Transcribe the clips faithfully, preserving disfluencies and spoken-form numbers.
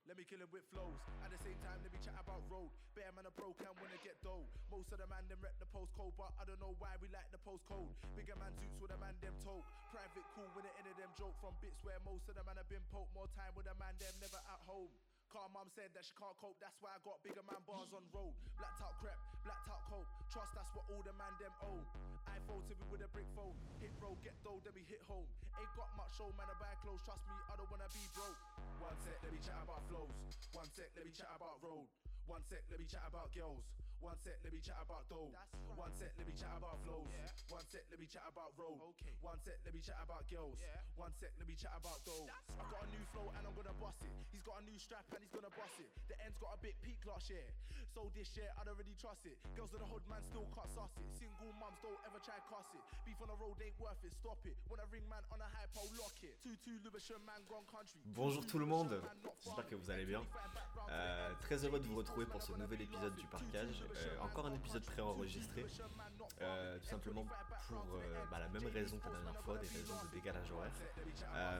Let me kill him with flows. At the same time, let me chat about road. Bear man a bro can wanna get dough. Most of the man them rep the postcode, but I don't know why we like the postcode. Bigger man suits with a man them told. Private cool when the end of them joke from bits where most of the man have been poked. More time with a man them never at home. Car mum said that she can't cope, that's why I got bigger man bars on road. Blacked out crep, blacked out cope. Trust that's what all the man them own. iPhone to me with a brick phone. Hit road, get dough, then we hit home. Ain't got much show, man, I buy clothes. Trust me, I don't wanna be broke. One sec, let me chat about flows. One sec, let me chat about road. One sec, let me chat about girls. One sec, let me chat about dough. Right. One sec, let me chat about flows. Yeah. One sec, let me chat about road. Okay. One sec, let me chat about girls. Yeah. One sec, let me chat about dough. That's I got right. a new flow and I'm gonna bust it. He's got a new strap and he's gonna bust it. The end's got a bit peak last year. So this year I don't really trust it. Girls in the hood man still can't suss it. Single mums don't ever try cuss it. Beef on the road ain't worth it. Stop it. When I ring man on a hypo, lock it. Two two Lubitsch man gone country. Bonjour tout le monde. J'espère que vous allez bien. Euh, très heureux de vous retrouver pour ce nouvel épisode du Parcage. Euh, encore un épisode pré-enregistré, euh, tout simplement pour euh, bah, la même raison que la dernière fois, des raisons de décalage horaire. Euh,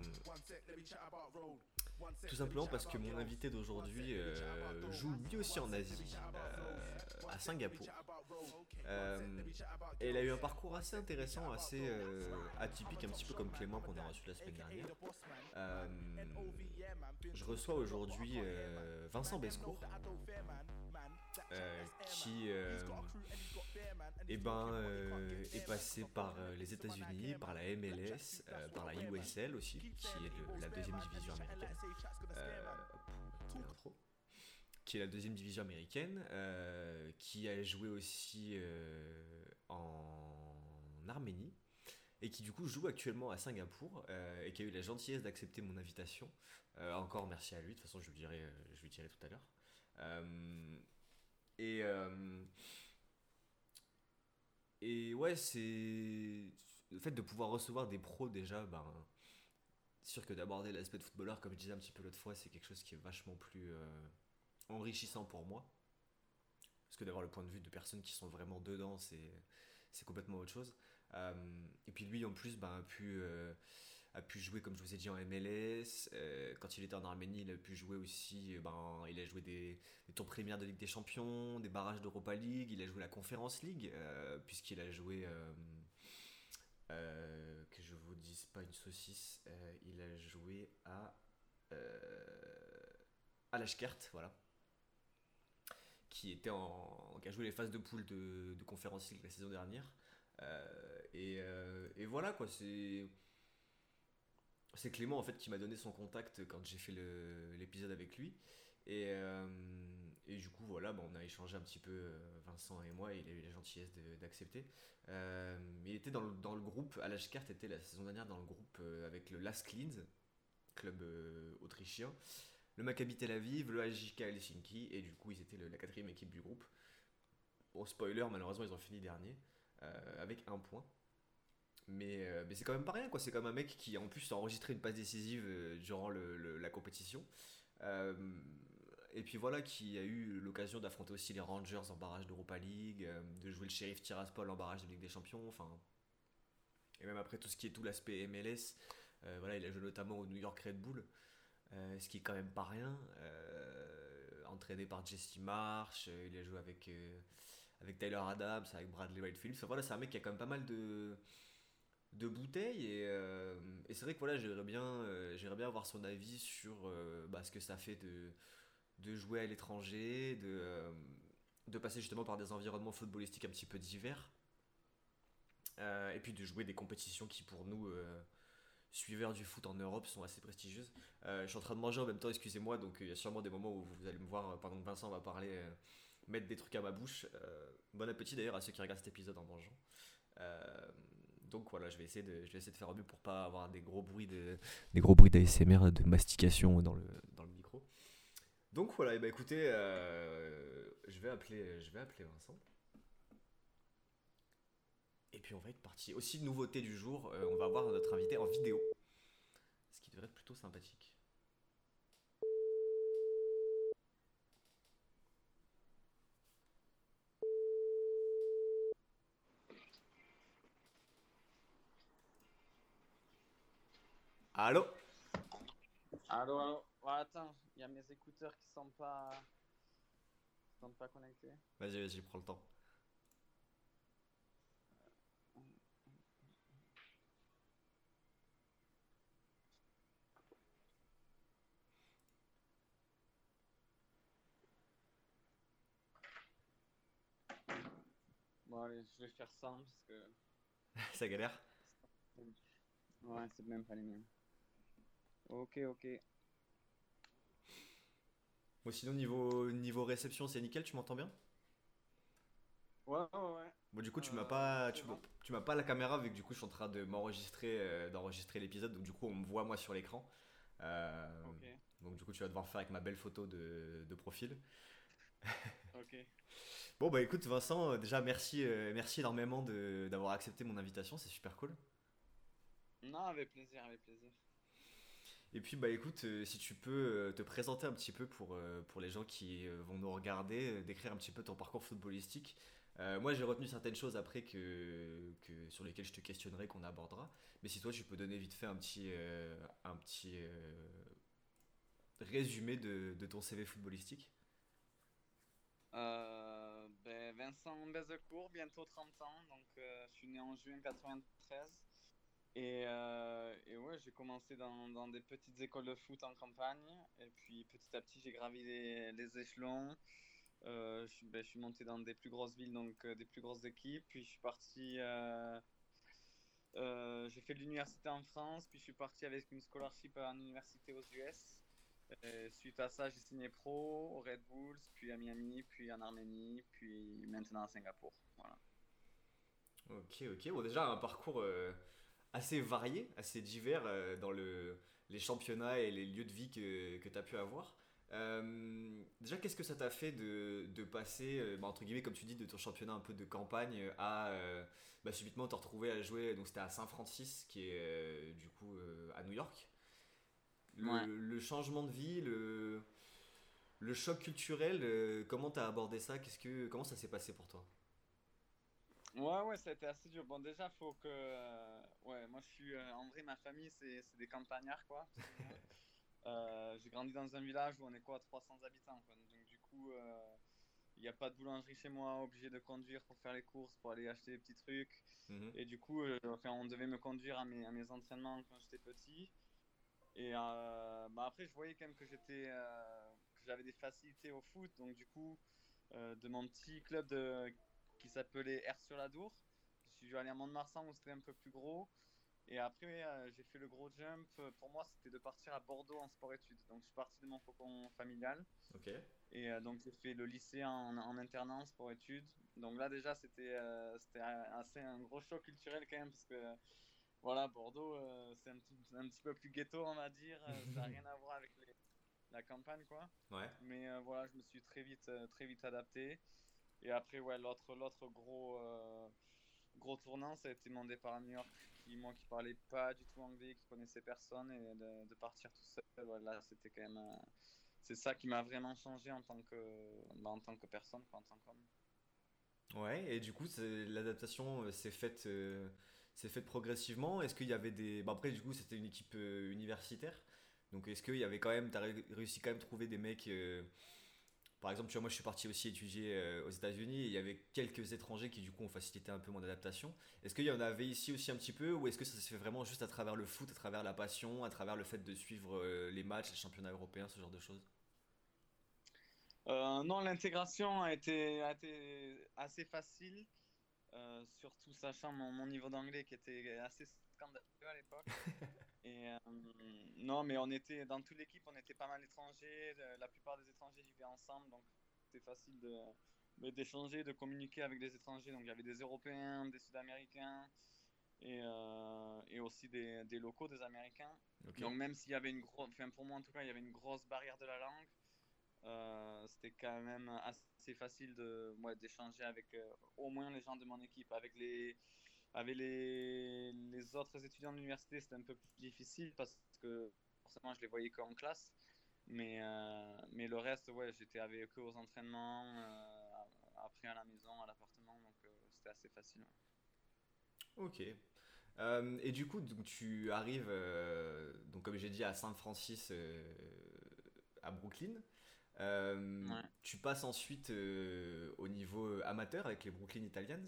tout simplement parce que mon invité d'aujourd'hui euh, joue lui aussi en Asie, euh, à Singapour. Euh, et il a eu un parcours assez intéressant, assez euh, atypique, un petit peu comme Clément qu'on a reçu la semaine dernière. Euh, je reçois aujourd'hui euh, Vincent Bescourt, euh, qui euh, eh ben, euh, est passé par euh, les États-Unis, par la M L S, euh, par la U S L aussi, qui est le, la deuxième division américaine. Euh, qui est la deuxième division américaine, euh, qui a joué aussi euh, en Arménie, et qui du coup joue actuellement à Singapour, euh, et qui a eu la gentillesse d'accepter mon invitation. Euh, encore merci à lui, de toute façon je lui dirai, je lui dirai tout à l'heure. Euh, et, euh, et ouais, c'est le fait de pouvoir recevoir des pros déjà, ben, c'est sûr que d'aborder l'aspect de footballeur, comme je disais un petit peu l'autre fois, c'est quelque chose qui est vachement plus euh, enrichissant pour moi. Parce que d'avoir le point de vue de personnes qui sont vraiment dedans, c'est, c'est complètement autre chose. Euh, et puis lui, en plus, ben, a, pu, euh, a pu jouer, comme je vous ai dit, en M L S. Euh, quand il était en Arménie, il a pu jouer aussi, ben, il a joué des, des tours préliminaires de Ligue des Champions, des barrages d'Europa League, il a joué la Conference League, euh, puisqu'il a joué... Euh, Euh, que je vous dise pas une saucisse, euh, il a joué à euh, à l'Ashkert, voilà, qui était en, qui a joué les phases de poule de, de Conference League la saison dernière, euh, et, euh, et voilà quoi, c'est c'est Clément en fait qui m'a donné son contact quand j'ai fait le, l'épisode avec lui. Et, euh, et du coup, voilà, bon, on a échangé un petit peu, euh, Vincent et moi, et il a eu la gentillesse de, d'accepter. Euh, il était dans le, dans le groupe, à l'Ashkart était la saison dernière dans le groupe euh, avec le Las Klins, club euh, autrichien, le Maccabi Tel Aviv, le A J K Helsinki, et du coup, ils étaient le, la quatrième équipe du groupe. Bon, spoiler, malheureusement, ils ont fini dernier, euh, avec un point. Mais, euh, mais c'est quand même pas rien, quoi. C'est comme un mec qui, en plus, a enregistré une passe décisive euh, durant le, le, la compétition. Euh, et puis voilà, qui a eu l'occasion d'affronter aussi les Rangers en barrage d'Europa League, euh, de jouer le Sheriff Tiraspol en barrage de Ligue des Champions, enfin, et même après tout ce qui est tout l'aspect M L S, euh, voilà, il a joué notamment au New York Red Bull, euh, ce qui est quand même pas rien, euh, entraîné par Jesse Marsh, euh, il a joué avec, euh, avec Tyler Adams, avec Bradley Whitefield, enfin voilà, c'est un mec qui a quand même pas mal de... de bouteilles, et, euh, et c'est vrai que voilà, j'aimerais bien, euh, j'aimerais bien avoir son avis sur euh, bah, ce que ça fait de, de jouer à l'étranger, de, euh, de passer justement par des environnements footballistiques un petit peu divers, euh, et puis de jouer des compétitions qui pour nous, euh, suiveurs du foot en Europe, sont assez prestigieuses. Euh, je suis en train de manger en même temps, excusez-moi, donc il y a sûrement des moments où vous allez me voir, euh, pendant que Vincent va parler, euh, mettre des trucs à ma bouche. Euh, bon appétit d'ailleurs à ceux qui regardent cet épisode en mangeant. Euh, donc voilà, je vais essayer de, je vais essayer de faire au mieux pour pas avoir des gros bruits de, des gros bruits d'A S M R, de mastication dans le, dans le micro. Donc voilà, et bah écoutez, euh, je vais appeler, je vais appeler Vincent. Et puis on va être parti. Aussi nouveauté du jour, euh, on va avoir notre invité en vidéo, ce qui devrait être plutôt sympathique. Allô? Allô, allô. Ouais, attends, il y a mes écouteurs qui sont pas, qui sont pas connectés. Vas-y, vas-y, prends le temps. Bon, allez, je vais faire ça parce que. Ça galère. Ouais, c'est même pas les miens. Ok, ok. Bon, sinon, niveau, niveau réception, c'est nickel, tu m'entends bien? Ouais, ouais, ouais. Bon, du coup, tu m'as Euh, pas, c'est tu, m'as- bon. tu m'as pas la caméra, vu que du coup, je suis en train de m'enregistrer, euh, d'enregistrer l'épisode, donc du coup, on me voit moi sur l'écran. Euh, Ok, donc, du coup, tu vas devoir faire avec ma belle photo de, de profil. ok. Bon, bah écoute, Vincent, euh, déjà, merci, euh, merci énormément de, d'avoir accepté mon invitation, c'est super cool. Non, avec plaisir, avec plaisir. Et puis, bah écoute, euh, si tu peux euh, te présenter un petit peu pour, euh, pour les gens qui euh, vont nous regarder, euh, décrire un petit peu ton parcours footballistique. Euh, moi, j'ai retenu certaines choses après que, que, sur lesquelles je te questionnerai, qu'on abordera. Mais si toi, tu peux donner vite fait un petit, euh, un petit euh, résumé de, de ton C V footballistique. Euh, ben, Vincent Bezecourt, bientôt trente ans, donc euh, je suis né en juin quatre-vingt-treize. Et, euh, et ouais, j'ai commencé dans, dans des petites écoles de foot en campagne. Et puis petit à petit, j'ai gravi les, les échelons. Euh, je, suis- ben, je suis monté dans des plus grosses villes, donc euh, des plus grosses équipes. Puis je suis parti, euh, euh, j'ai fait de l'université en France. Puis je suis parti avec une scholarship en université aux U S. Et suite à ça, j'ai signé pro au Red Bulls, puis à Miami, puis en Arménie, puis maintenant à Singapour. Voilà. Ok, ok. Bon, déjà, un parcours euh, assez varié, assez divers euh, dans le, les championnats et les lieux de vie que, que tu as pu avoir. Euh, déjà, qu'est-ce que ça t'a fait de, de passer, euh, bah, entre guillemets, comme tu dis, de ton championnat un peu de campagne à euh, bah, subitement te retrouver à jouer, donc c'était à Saint Francis, qui est euh, du coup euh, à New York. Ouais. Le, le changement de vie, le, le choc culturel, euh, comment t'as abordé ça? Qu'est-ce que, comment ça s'est passé pour toi? Ouais, ouais, ça a été assez dur. Bon, déjà, faut que. euh, Ouais, moi, je suis. euh, En vrai, ma famille, c'est c'est des campagnards, quoi, plus ou moins. Euh, j'ai grandi dans un village où on est quoi, trois cents habitants, quoi. Donc, du coup, euh, il n'y a pas de boulangerie chez moi, obligé de conduire pour faire les courses, pour aller acheter des petits trucs. Mhm. Et du coup, euh, enfin, on devait me conduire à mes, à mes entraînements quand j'étais petit. Et euh, bah après, je voyais quand même que j'étais, euh, que j'avais des facilités au foot. Donc, du coup, euh, de mon petit club de, qui s'appelait R sur la Dour, je suis allé à Mont-de-Marsan où c'était un peu plus gros. Et après, euh, j'ai fait le gros jump. Pour moi, c'était de partir à Bordeaux en sport-études. Donc, je suis parti de mon cocon familial. Ok. Et euh, donc, j'ai fait le lycée en, en internat en sport-études. Donc là, déjà, c'était euh, c'était assez un gros choc culturel quand même, parce que voilà, Bordeaux, euh, c'est un petit, un petit peu plus ghetto, on va dire. Euh, ça n'a rien à voir avec les- la campagne, quoi. Ouais. Mais euh, voilà, je me suis très vite, euh, très vite adapté. Et après, ouais, l'autre, l'autre gros, euh, gros tournant, ça a été mon départ à New York, qui, moi qui parlais pas du tout anglais, qui connaissait personne, et de, de partir tout seul, ouais, là, c'était quand même. euh, c'est ça qui m'a vraiment changé en tant que, bah, en tant que personne, quoi, en tant qu'homme. Ouais, et du coup, c'est- l'adaptation euh, s'est faite, euh, s'est faite progressivement. Est-ce qu'il y avait des... Bah après, du coup, c'était une équipe euh, universitaire. Donc, est-ce qu'il y avait quand même... T'as ré- réussi quand même à trouver des mecs... euh, Par exemple, tu vois, moi, je suis parti aussi étudier euh, aux États-Unis. Et il y avait quelques étrangers qui, du coup, ont facilité un peu mon adaptation. Est-ce qu'il y en avait ici aussi un petit peu? Ou est-ce que ça se fait vraiment juste à travers le foot, à travers la passion, à travers le fait de suivre euh, les matchs, les championnats européens, ce genre de choses? Euh, non, l'intégration a été, a été assez facile, euh, surtout sachant mon, mon niveau d'anglais qui était assez scandaleux à l'époque. Et euh, non, mais on était dans toute l'équipe, on était pas mal étrangers. Le- La plupart des étrangers vivaient ensemble, donc c'était facile de mais d'échanger, de communiquer avec des étrangers. Donc il y avait des Européens, des Sud-Américains et, euh, et aussi des, des locaux, des Américains. Ok. Donc même s'il y avait une grosse, enfin pour moi en tout cas, il y avait une grosse barrière de la langue. Euh, c'était quand même assez facile de, ouais, d'échanger avec euh, au moins les gens de mon équipe. Avec les, avec les, les autres étudiants de l'université, c'était un peu plus difficile parce que forcément, je les voyais qu'en classe. Mais, euh, mais le reste, ouais, j'étais avec eux aux entraînements, euh, après à la maison, à l'appartement, donc euh, c'était assez facile. Ouais. Ok. Euh, et du coup, donc, tu arrives, euh, donc comme j'ai dit, à Saint Francis, euh, à Brooklyn. Euh, Ouais. Tu passes ensuite euh, au niveau amateur avec les Brooklyn Italians.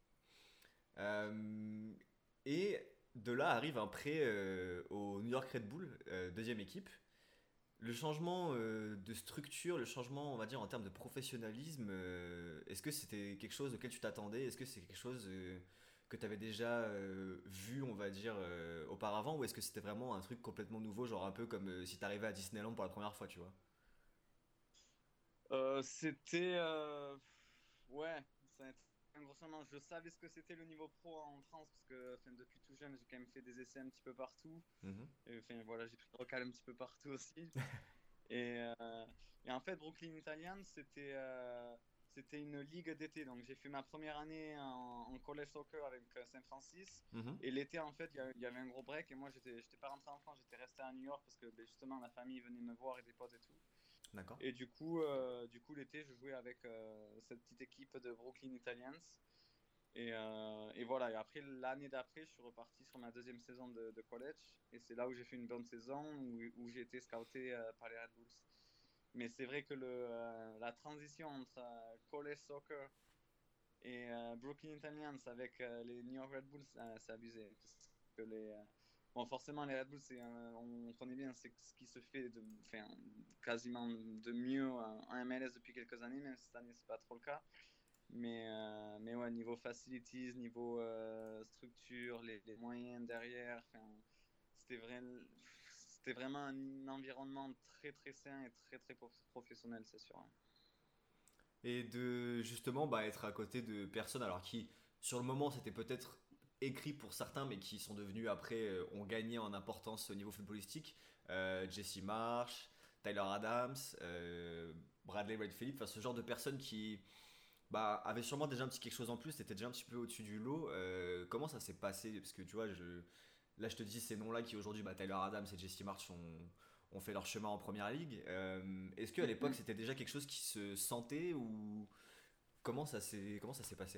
Euh, et de là arrive un prêt euh, au New York Red Bull, euh, deuxième équipe. Le changement euh, de structure, le changement, on va dire, en termes de professionnalisme, euh, est-ce que c'était quelque chose auquel tu t'attendais? Est-ce que c'est quelque chose euh, que tu avais déjà euh, vu, on va dire, euh, auparavant? Ou est-ce que c'était vraiment un truc complètement nouveau, genre un peu comme euh, si t'arrivais à Disneyland pour la première fois, tu vois? Euh, c'était. euh, Ouais, ça a été un gros changement. Je savais ce que c'était le niveau pro en France parce que enfin, depuis tout jeune, j'ai quand même fait des essais un petit peu partout. Mhm. Et, enfin, voilà, j'ai pris le recal un petit peu partout aussi. Et, euh, et en fait, Brooklyn Italians, c'était euh, c'était une ligue d'été. Donc, j'ai fait ma première année en, en college soccer avec euh, Saint-Francis. Mhm. Et l'été, en fait, il y, a- il y avait un gros break. Et moi, j'étais, j'étais pas rentré en France, j'étais resté à New York parce que ben, justement, la famille venait me voir et des potes et tout. D'accord. Et du coup, euh, du coup l'été, je jouais avec euh, cette petite équipe de Brooklyn Italians. Et, euh, et voilà, et après l'année d'après, je suis reparti sur ma deuxième saison de, de college. Et c'est là où j'ai fait une bonne saison, où, où j'ai été scouté euh, par les Red Bulls. Mais c'est vrai que le, euh, la transition entre euh, college soccer et euh, Brooklyn Italians avec euh, les New York Red Bulls, euh, c'est abusé. Parce que les, euh, bon, forcément, les Red Bulls, c'est, euh, on connaît bien c'est ce qui se fait de, enfin, quasiment de mieux en M L S depuis quelques années, même cette année, c'est pas trop le cas. Mais, euh, mais ouais, niveau facilities, niveau euh, structure, les, les moyens derrière, enfin, c'était vrai, c'était vraiment un environnement très très sain et très très professionnel, c'est sûr. Ouais. Et de justement bah, être à côté de personnes alors qui, sur le moment, c'était peut-être écrit pour certains, mais qui sont devenus après, euh, ont gagné en importance au niveau footballistique. Euh, Jesse Marsh, Tyler Adams, euh, Bradley Wright Phillips, enfin ce genre de personnes qui bah, avaient sûrement déjà un petit quelque chose en plus, étaient déjà un petit peu au-dessus du lot. Euh, comment ça s'est passé? Parce que tu vois, je, là je te dis ces noms-là qui aujourd'hui, bah, Tyler Adams et Jesse Marsh ont, ont fait leur chemin en première ligue. Euh, est-ce qu'à l'époque Mm-hmm. c'était déjà quelque chose qui se sentait ou comment ça s'est comment ça s'est passé?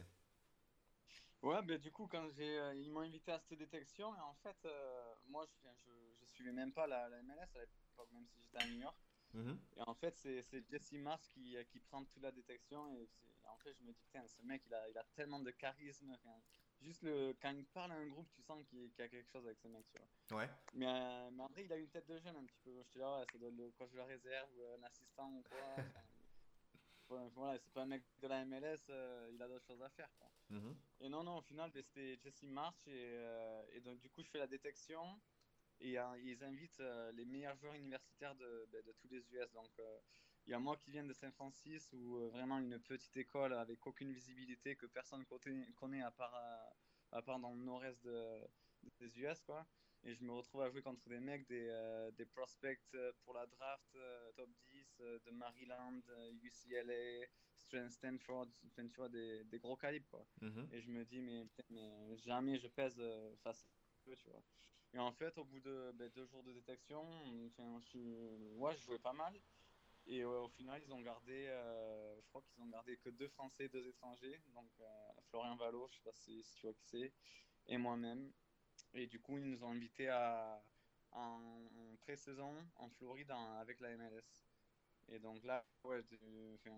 Ouais, ben du coup, quand j'ai, euh, ils m'ont invité à cette détection, et en fait, euh, moi, je, je, je suivais même pas la, la M L S à l'époque, même si j'étais à New York. Mhm. Et en fait, c'est, c'est Jesse Mars qui, euh, qui prend toute la détection. Et, c'est- en fait, je me dis, putain, ce mec, il a, il a tellement de charisme. Enfin, juste le, quand il parle à un groupe, tu sens qu'il, qu'il y a quelque chose avec ce mec, tu vois. Ouais. Mais, euh, mais après, il a une tête de jeune un petit peu. Je te dis, ouais, ça doit être le coach de la réserve ou un assistant ou quoi. Enfin, ouais, voilà, c'est pas un mec de la M L S, euh, il a d'autres choses à faire, quoi. Mhm. Et non, non, au final, ben, c'était Jesse March. Et, euh, et donc, du coup, je fais la détection. Et euh, ils invitent euh, les meilleurs joueurs universitaires de, ben, de tous les U S. Donc, euh, il y a moi qui viens de Saint-Francis, où euh, vraiment une petite école avec aucune visibilité, que personne connaît, connaît à, part, euh, à part dans le nord-est de, des U S, quoi. Et je me retrouve à jouer contre des mecs, des, euh, des prospects euh, pour la draft euh, top dix euh, de Maryland, euh, U C L A, Stan- Stanford, enfin, tu vois, des, des gros calibres, quoi. Mhm. Et je me dis, mais, putain, mais jamais je pèse euh, face à eux, tu vois. Et en fait, au bout de ben, deux jours de détection, enfin, je, ouais, je jouais pas mal. Et ouais, au final, ils ont gardé, euh, je crois qu'ils ont gardé que deux Français, deux étrangers. Donc euh, Florian Valo, je sais pas si, si tu vois qui c'est, et moi-même. Et du coup, ils nous ont invités à, en, en pré-saison en Floride en- avec la M L S. Et donc là, ouais, de- enfin,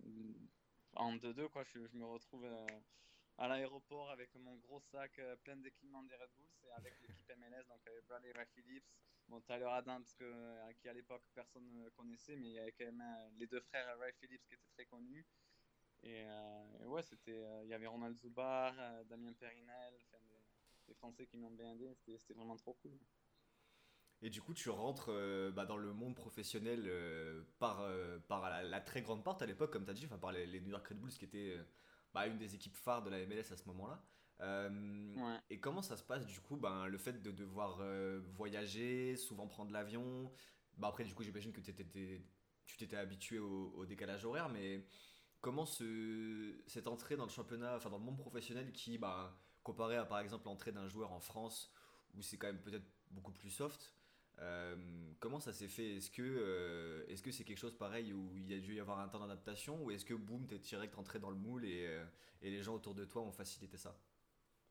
en deux deux, quoi, je, je me retrouve euh, à l'aéroport avec mon gros sac euh, plein d'équipements des Red Bulls et avec l'équipe M L S, donc avec Bradley Ray Phillips, bon, Tyler Adams, que, euh, qui à l'époque personne ne connaissait, mais il y avait quand même euh, les deux frères Ray Phillips qui étaient très connus. Et, euh, et ouais, c'était, euh, il y avait Ronald Zubar, euh, Damien Perinel, enfin, des, des Français qui m'ont bien aidé, c'était, c'était vraiment trop cool. Et du coup, tu rentres euh, bah, dans le monde professionnel euh, par, euh, par la, la très grande porte à l'époque, comme tu as dit, enfin, par les, les New York Red Bulls, qui étaient euh, bah, une des équipes phares de la M L S à ce moment-là. Euh, Ouais. et comment ça se passe, du coup, ben, le fait de devoir euh, voyager, souvent prendre l'avion. Bah, après, du coup, j'imagine que t'étais- t'étais- tu t'étais habitué au, au décalage horaire, mais comment ce, cette entrée dans le championnat, enfin dans le monde professionnel qui, bah, comparé à par exemple l'entrée d'un joueur en France, où c'est quand même peut-être beaucoup plus soft, euh, comment ça s'est fait? Est-ce que euh, est-ce que c'est quelque chose pareil où il y a dû y avoir un temps d'adaptation ou est-ce que boum, t'es direct entré dans le moule et, euh, et les gens autour de toi ont facilité ça?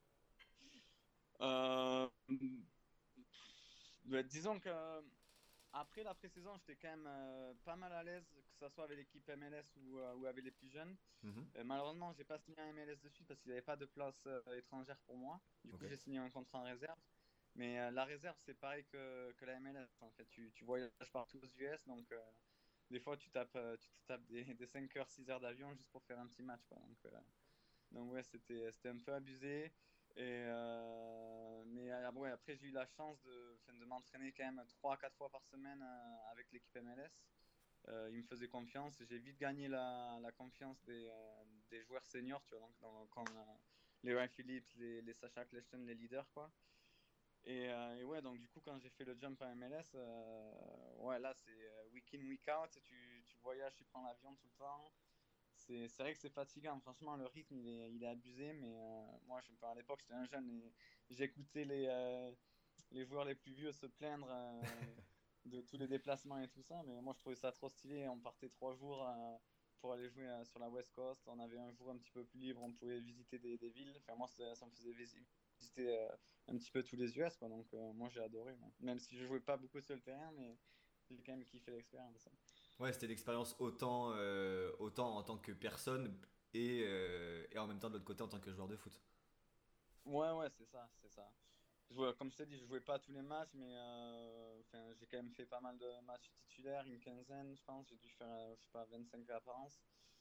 Euh, bah, disons que après la pré-saison, j'étais quand même euh, pas mal à l'aise, que ce soit avec l'équipe M L S ou, euh, ou avec les plus jeunes. Mhm. Euh, malheureusement, j'ai pas signé un M L S de suite parce qu'il n'y avait pas de place euh, étrangère pour moi. Du coup, Ok. j'ai signé un contrat en réserve. Mais euh, la réserve, c'est pareil que, que la M L S. En fait, tu, tu voyages partout aux U S, donc euh, des fois, tu tapes, euh, tu te tapes des, des cinq heures, six heures d'avion juste pour faire un petit match, quoi. Donc, euh, donc ouais, c'était, c'était un peu abusé. Et euh, mais euh, ouais, après, j'ai eu la chance de, enfin, de m'entraîner quand même trois à quatre fois par semaine euh, avec l'équipe M L S. Euh, il me faisait confiance. J'ai vite gagné la, la confiance des, euh, des joueurs seniors, tu vois, donc, dans, comme euh, les Ryan Phillips, les, les Sacha Kleshten, les leaders, quoi. Et, euh, et, ouais, donc du coup, quand j'ai fait le jump à M L S, euh, ouais, là, c'est euh, week in, week out. Tu, tu voyages, tu prends l'avion tout le temps. C'est, c'est vrai que c'est fatigant. Franchement, le rythme, il est, il est abusé. Mais euh, moi, je, à l'époque, j'étais un jeune et j'écoutais les, euh, les joueurs les plus vieux se plaindre euh, de tous les déplacements et tout ça. Mais moi, je trouvais ça trop stylé. On partait trois jours euh, pour aller jouer euh, sur la West Coast. On avait un jour un petit peu plus libre. On pouvait visiter des, des villes. Enfin, moi, ça, ça me faisait visi- visiter euh, un petit peu tous les U S, quoi. Donc, euh, moi, j'ai adoré. Moi. Même si je jouais pas beaucoup sur le terrain, mais j'ai quand même kiffé l'expérience. Ouais, c'était l'expérience autant, euh, autant en tant que personne et, euh, et en même temps de l'autre côté en tant que joueur de foot. Ouais, ouais, c'est ça, c'est ça. Je jouais- comme je t'ai dit, je jouais pas tous les matchs, mais euh, enfin, j'ai quand même fait pas mal de matchs titulaires, une quinzaine, je pense. J'ai dû faire, euh, je sais pas, vingt-cinq apparences.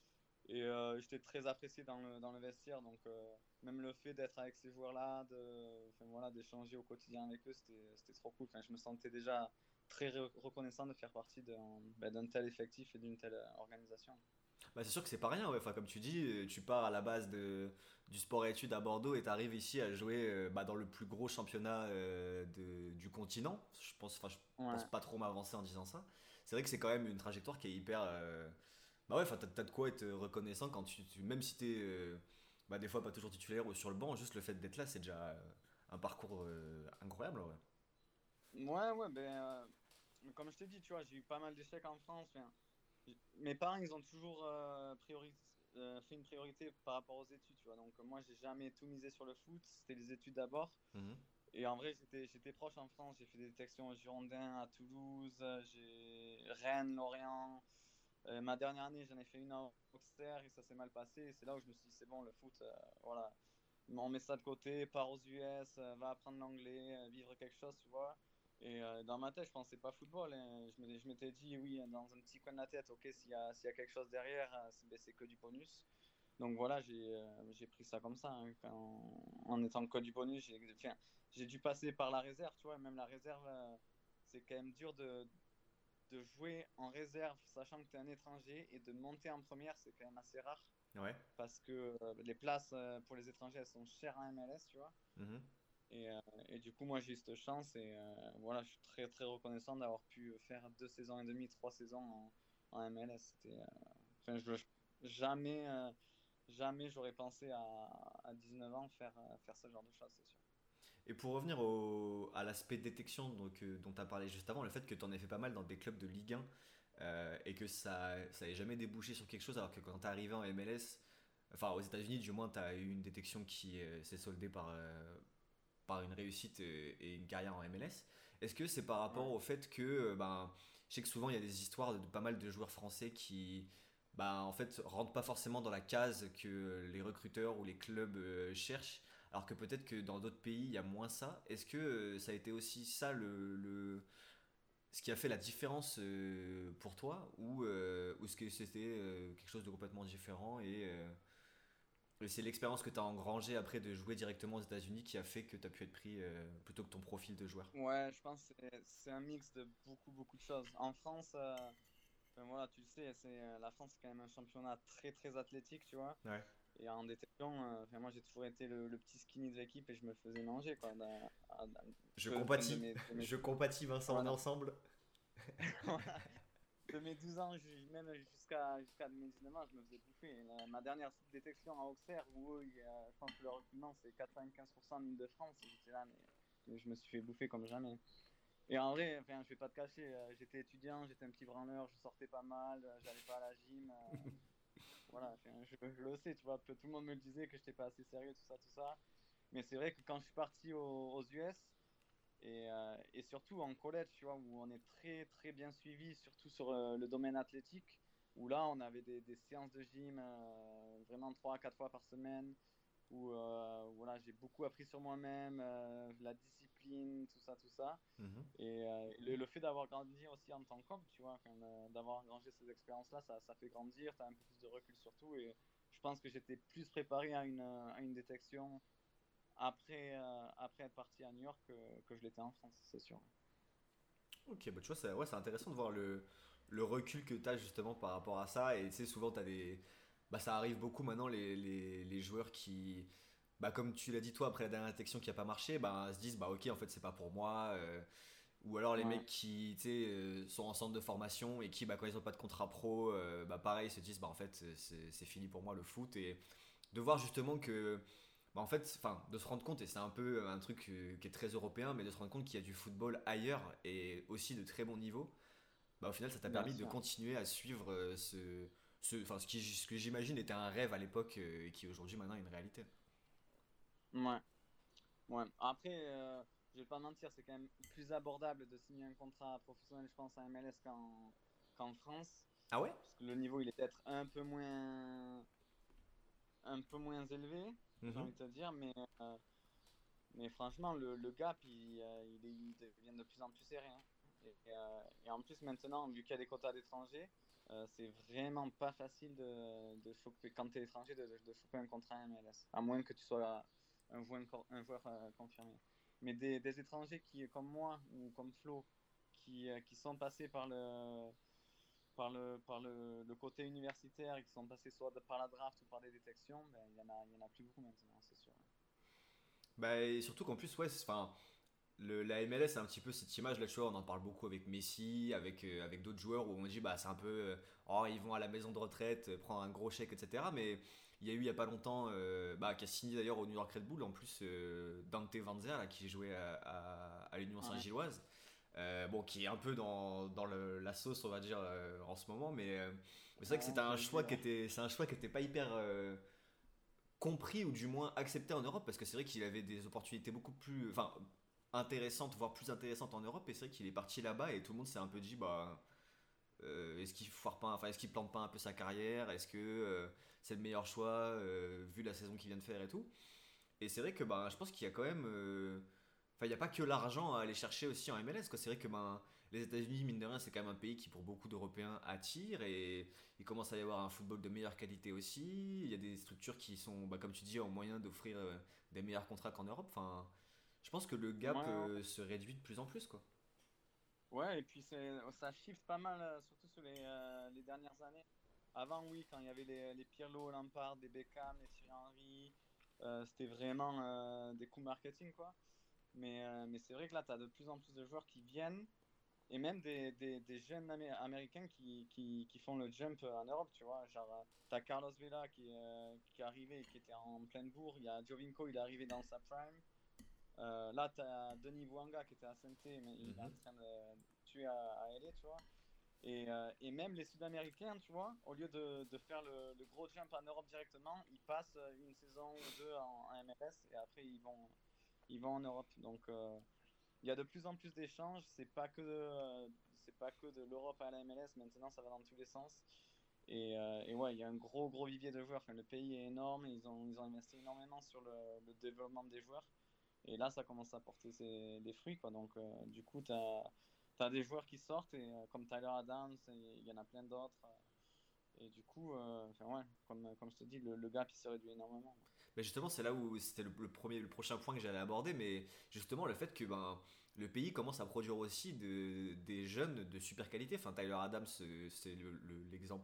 Et euh, j'étais très apprécié dans le, dans le vestiaire, donc euh, même le fait d'être avec ces joueurs-là, de, enfin, voilà, d'échanger au quotidien avec eux, c'était, c'était trop cool. Enfin, je me sentais déjà très re- reconnaissant de faire partie d'un, ben, d'un tel effectif et d'une telle euh, organisation. Bah, c'est sûr que c'est pas rien, ouais. Enfin, comme tu dis, euh, tu pars à la base de, du sport et études à Bordeaux et tu arrives ici à jouer euh, bah, dans le plus gros championnat euh, de- du continent. Je pense, enfin, je pense Ouais. pas trop m'avancer en disant ça. C'est vrai que c'est quand même une trajectoire qui est hyper. euh, Bah ouais, enfin, t'as, t'as de quoi être reconnaissant quand tu, tu- même si t'es euh, bah, des fois pas toujours titulaire ou sur le banc, juste le fait d'être là, c'est déjà euh, un parcours euh, incroyable, ouais. Ouais, ouais, ben, euh, comme je t'ai dit, tu vois, j'ai eu pas mal d'échecs en France. Enfin, j- mes parents, ils ont toujours euh, priori- euh, fait une priorité par rapport aux études, tu vois. Donc, euh, moi, j'ai jamais tout misé sur le foot. C'était les études d'abord. Mhm. Et en vrai, j'étais, j'étais proche en France. J'ai fait des détections au Girondin, à Toulouse, euh, j'ai Rennes, Lorient. Euh, ma dernière année, j'en ai fait une à Auxerre et ça s'est mal passé. Et c'est là où je me suis dit, c'est bon, le foot, euh, voilà. On met ça de côté, part aux U S, euh, va apprendre l'anglais, euh, vivre quelque chose, tu vois. Et euh, dans ma tête, je pensais pas football, hein. Je m'étais, je m'étais dit, oui, dans un petit coin de la tête, ok, s'il y a, s'il y a quelque chose derrière, euh, c'est, ben, c'est que du bonus. Donc voilà, j'ai, euh, j'ai pris ça comme ça, hein. Quand- en étant que du bonus, j'ai, enfin, j'ai dû passer par la réserve, tu vois. Même la réserve, euh, c'est quand même dur de, de jouer en réserve, sachant que tu es un étranger, et de monter en première, c'est quand même assez rare. Ouais. Parce que euh, les places euh, pour les étrangers, elles sont chères en M L S, tu vois. Mhm. Et, euh, et du coup, moi, j'ai eu cette chance et euh, voilà, je suis très très reconnaissant d'avoir pu faire deux saisons et demie, trois saisons en, en M L S. C'était, euh, enfin, je, je- jamais, euh, jamais j'aurais pensé à, à dix-neuf ans faire, euh, faire ce genre de choses, c'est sûr. Et pour revenir au, à l'aspect détection donc, euh, dont tu as parlé juste avant, le fait que tu en aies fait pas mal dans des clubs de Ligue un euh, et que ça ça ait jamais débouché sur quelque chose, alors que quand tu es arrivé en M L S, enfin aux États-Unis du moins, tu as eu une détection qui euh, s'est soldée par, euh, par une réussite et, et une carrière en M L S. Est-ce que c'est par rapport Ouais. au fait que, euh, ben, je sais que souvent il y a des histoires de, de pas mal de joueurs français qui, ben, en fait, rentrent pas forcément dans la case que les recruteurs ou les clubs euh, cherchent, alors que peut-être que dans d'autres pays il y a moins ça. Est-ce que euh, ça a été aussi ça le, le- ce qui a fait la différence euh, pour toi, ou, euh, ou est-ce que c'était euh, quelque chose de complètement différent et, euh, et c'est l'expérience que tu as engrangée après de jouer directement aux États-Unis qui a fait que tu as pu être pris euh, plutôt que ton profil de joueur. Ouais, je pense que c'est c'est un mix de beaucoup, beaucoup de choses. En France, euh, enfin, voilà, tu le sais, c'est, euh, la France, c'est quand même un championnat très, très athlétique, tu vois. Ouais. Et en détection, euh, enfin, moi j'ai toujours été le, le petit skinny de l'équipe et je me faisais manger quoi. D'un- à- Je de, enfin, de compatis, mes, de mes, je compatis Vincent, on est voilà, ensemble. voilà. De mes douze ans, ju- même jusqu'à jusqu'à mes dix-neuf ans, je me faisais bouffer. Et la- ma dernière détection à Auxerre, où eux, il y a- je pense que le recrutement c'est quatre-vingt-quinze pour cent en Ile-de-France, j'étais là, mais, mais je me suis fait bouffer comme jamais. Et en vrai, enfin, je vais pas te cacher, euh, j'étais étudiant, j'étais un petit branleur, je sortais pas mal, euh, j'allais pas à la gym. euh, voilà, enfin, je, je le sais, tu vois, tout le monde me le disait que j'étais pas assez sérieux, tout ça, tout ça. Mais c'est vrai que quand je suis parti aux, aux U S, Et, euh, et surtout en collège, tu vois, où on est très très bien suivi, surtout sur euh, le domaine athlétique, où là on avait des, des séances de gym euh, vraiment trois à quatre fois par semaine, où euh, voilà, j'ai beaucoup appris sur moi-même, euh, la discipline, tout ça, tout ça. Mhm. Et euh, le, le fait d'avoir grandi aussi en tant qu'homme, tu vois, quand, euh, d'avoir engrangé ces expériences-là, ça, ça fait grandir, tu as un peu plus de recul sur tout. Et je pense que j'étais plus préparé à une, à une détection après, euh, après être parti à New York que, que je l'étais en France, c'est sûr. Ok, bah tu vois, c'est ouais, c'est intéressant de voir le, le recul que tu as justement par rapport à ça. Et tu sais, souvent, t'as des. Bah, ça arrive beaucoup maintenant, les, les, les joueurs qui. Bah, comme tu l'as dit toi, après la dernière détection qui a pas marché, bah, se disent, bah ok, en fait, c'est pas pour moi. euh, Ou alors les Ouais, mecs qui tu sais, euh, sont en centre de formation et qui, bah, quand ils ont pas de contrat pro, euh, bah, pareil, se disent, bah en fait, c'est c'est fini pour moi le foot. Et de voir justement que bah en fait, enfin, de se rendre compte, et c'est un peu un truc euh, qui est très européen, mais de se rendre compte qu'il y a du football ailleurs et aussi de très bon niveau, bah au final, ça t'a bien permis de sûr. continuer à suivre euh, ce, ce, enfin, ce, qui, ce que j'imagine était un rêve à l'époque euh, et qui aujourd'hui maintenant est une réalité. Ouais, ouais. Après, euh, je vais pas mentir, c'est quand même plus abordable de signer un contrat professionnel, je pense, à M L S qu'en qu'en France, Ah ouais. parce que le niveau, il est peut-être un peu moins, un peu moins élevé, j'ai Mhm. envie de te dire, mais, euh, mais franchement, le, le gap, il, euh, il, est- il devient de plus en plus serré, hein. Et, euh, et en plus, maintenant, vu qu'il y a des quotas d'étrangers, euh, c'est vraiment pas facile de, de choper, quand tu es étranger, de, de, de choper un contrat M L S, à moins que tu sois un joueur, un joueur euh, confirmé. Mais des, des étrangers qui, comme moi ou comme Flo, qui, euh, qui sont passés par le, par le, par le, le côté universitaire et qui sont passés soit de- par la draft ou par des détections, ben, il y en a, il y en a plus beaucoup maintenant, c'est sûr. Bah, et surtout qu'en plus, ouais, c'est- enfin, le, la M L S a un petit peu cette image là, tu vois, on en parle beaucoup avec Messi, avec, euh, avec d'autres joueurs où on dit bah c'est un peu euh, oh ils vont à la maison de retraite, euh, prendre un gros chèque, et cetera. Mais il y a eu il y a pas longtemps, euh, bah, qui a signé d'ailleurs au New York Red Bull en plus, euh, Dante Van Zer là, qui jouait à, à, à l'Union Ouais, Saint-Gilloise, euh, bon qui est un peu dans, dans le- la sauce on va dire euh, en ce moment, mais, euh, mais c'est vrai que ouais c'était un j'ai vu, choix qui ouais. était, c'est un choix qui était pas hyper euh, compris ou du moins accepté en Europe parce que c'est vrai qu'il avait des opportunités beaucoup plus enfin intéressantes voire plus intéressantes en Europe et c'est vrai qu'il est parti là-bas et tout le monde s'est un peu dit bah euh, est-ce qu'il foire pas enfin est-ce qu'il plante pas un peu sa carrière, est-ce que euh, c'est le meilleur choix euh, vu la saison qu'il vient de faire et tout. Et c'est vrai que bah, je pense qu'il y a quand même euh, enfin il n'y a pas que l'argent à aller chercher aussi en M L S quoi. C'est vrai que ben les États-Unis mine de rien c'est quand même un pays qui pour beaucoup d'Européens attire et il commence à y avoir un football de meilleure qualité aussi. Il y a des structures qui sont, bah, comme tu dis, en moyen d'offrir euh, des meilleurs contrats qu'en Europe. Enfin, je pense que le Ouais, gap ouais. euh, se réduit de plus en plus, quoi. Ouais, et puis c'est, ça shift pas mal, euh, surtout sur les, euh, les dernières années. Avant, oui, quand il y avait les, les Pirlo, Lampard, des Beckham, les Thierry Henry, euh, c'était vraiment euh, des coups marketing, quoi. Mais, euh, mais c'est vrai que là, tu as de plus en plus de joueurs qui viennent, et même des, des, des jeunes Amé- Américains qui, qui, qui font le jump en Europe, tu vois. Genre, tu as Carlos Vela qui, euh, qui est arrivé et qui était en pleine bourre. Il y a Jovinko, il est arrivé dans sa prime. Euh, là, tu as Denis Bouanga qui était à Saint-Étienne, mais il est Mhm. en train de tuer à, à L A, tu vois. Et, euh, et même les Sud-Américains, tu vois, au lieu de, de faire le, le, gros jump en Europe directement, ils passent une saison ou deux en, en M L S et après ils vont, ils vont en Europe. Donc euh, il y a de plus en plus d'échanges. C'est pas que de, c'est pas que de l'Europe à la M L S. Maintenant, ça va dans tous les sens. Et, euh, et ouais, il y a un gros gros vivier de joueurs. Enfin, le pays est énorme. Ils ont, ils ont investi énormément sur le, le développement des joueurs. Et là, ça commence à porter ses, des fruits, quoi. Donc, euh, du coup, tu as des joueurs qui sortent, et, euh, comme Tyler Adams, il y en a plein d'autres. Euh, et du coup, euh, enfin, ouais, comme, comme je te dis, le, le gap il se réduit énormément. Mais justement, c'est là où c'était le, le premier, le prochain point que j'allais aborder. Mais justement, le fait que ben, le pays commence à produire aussi de, des jeunes de super qualité. Enfin, Tyler Adams, euh, c'est le- le- l'exemple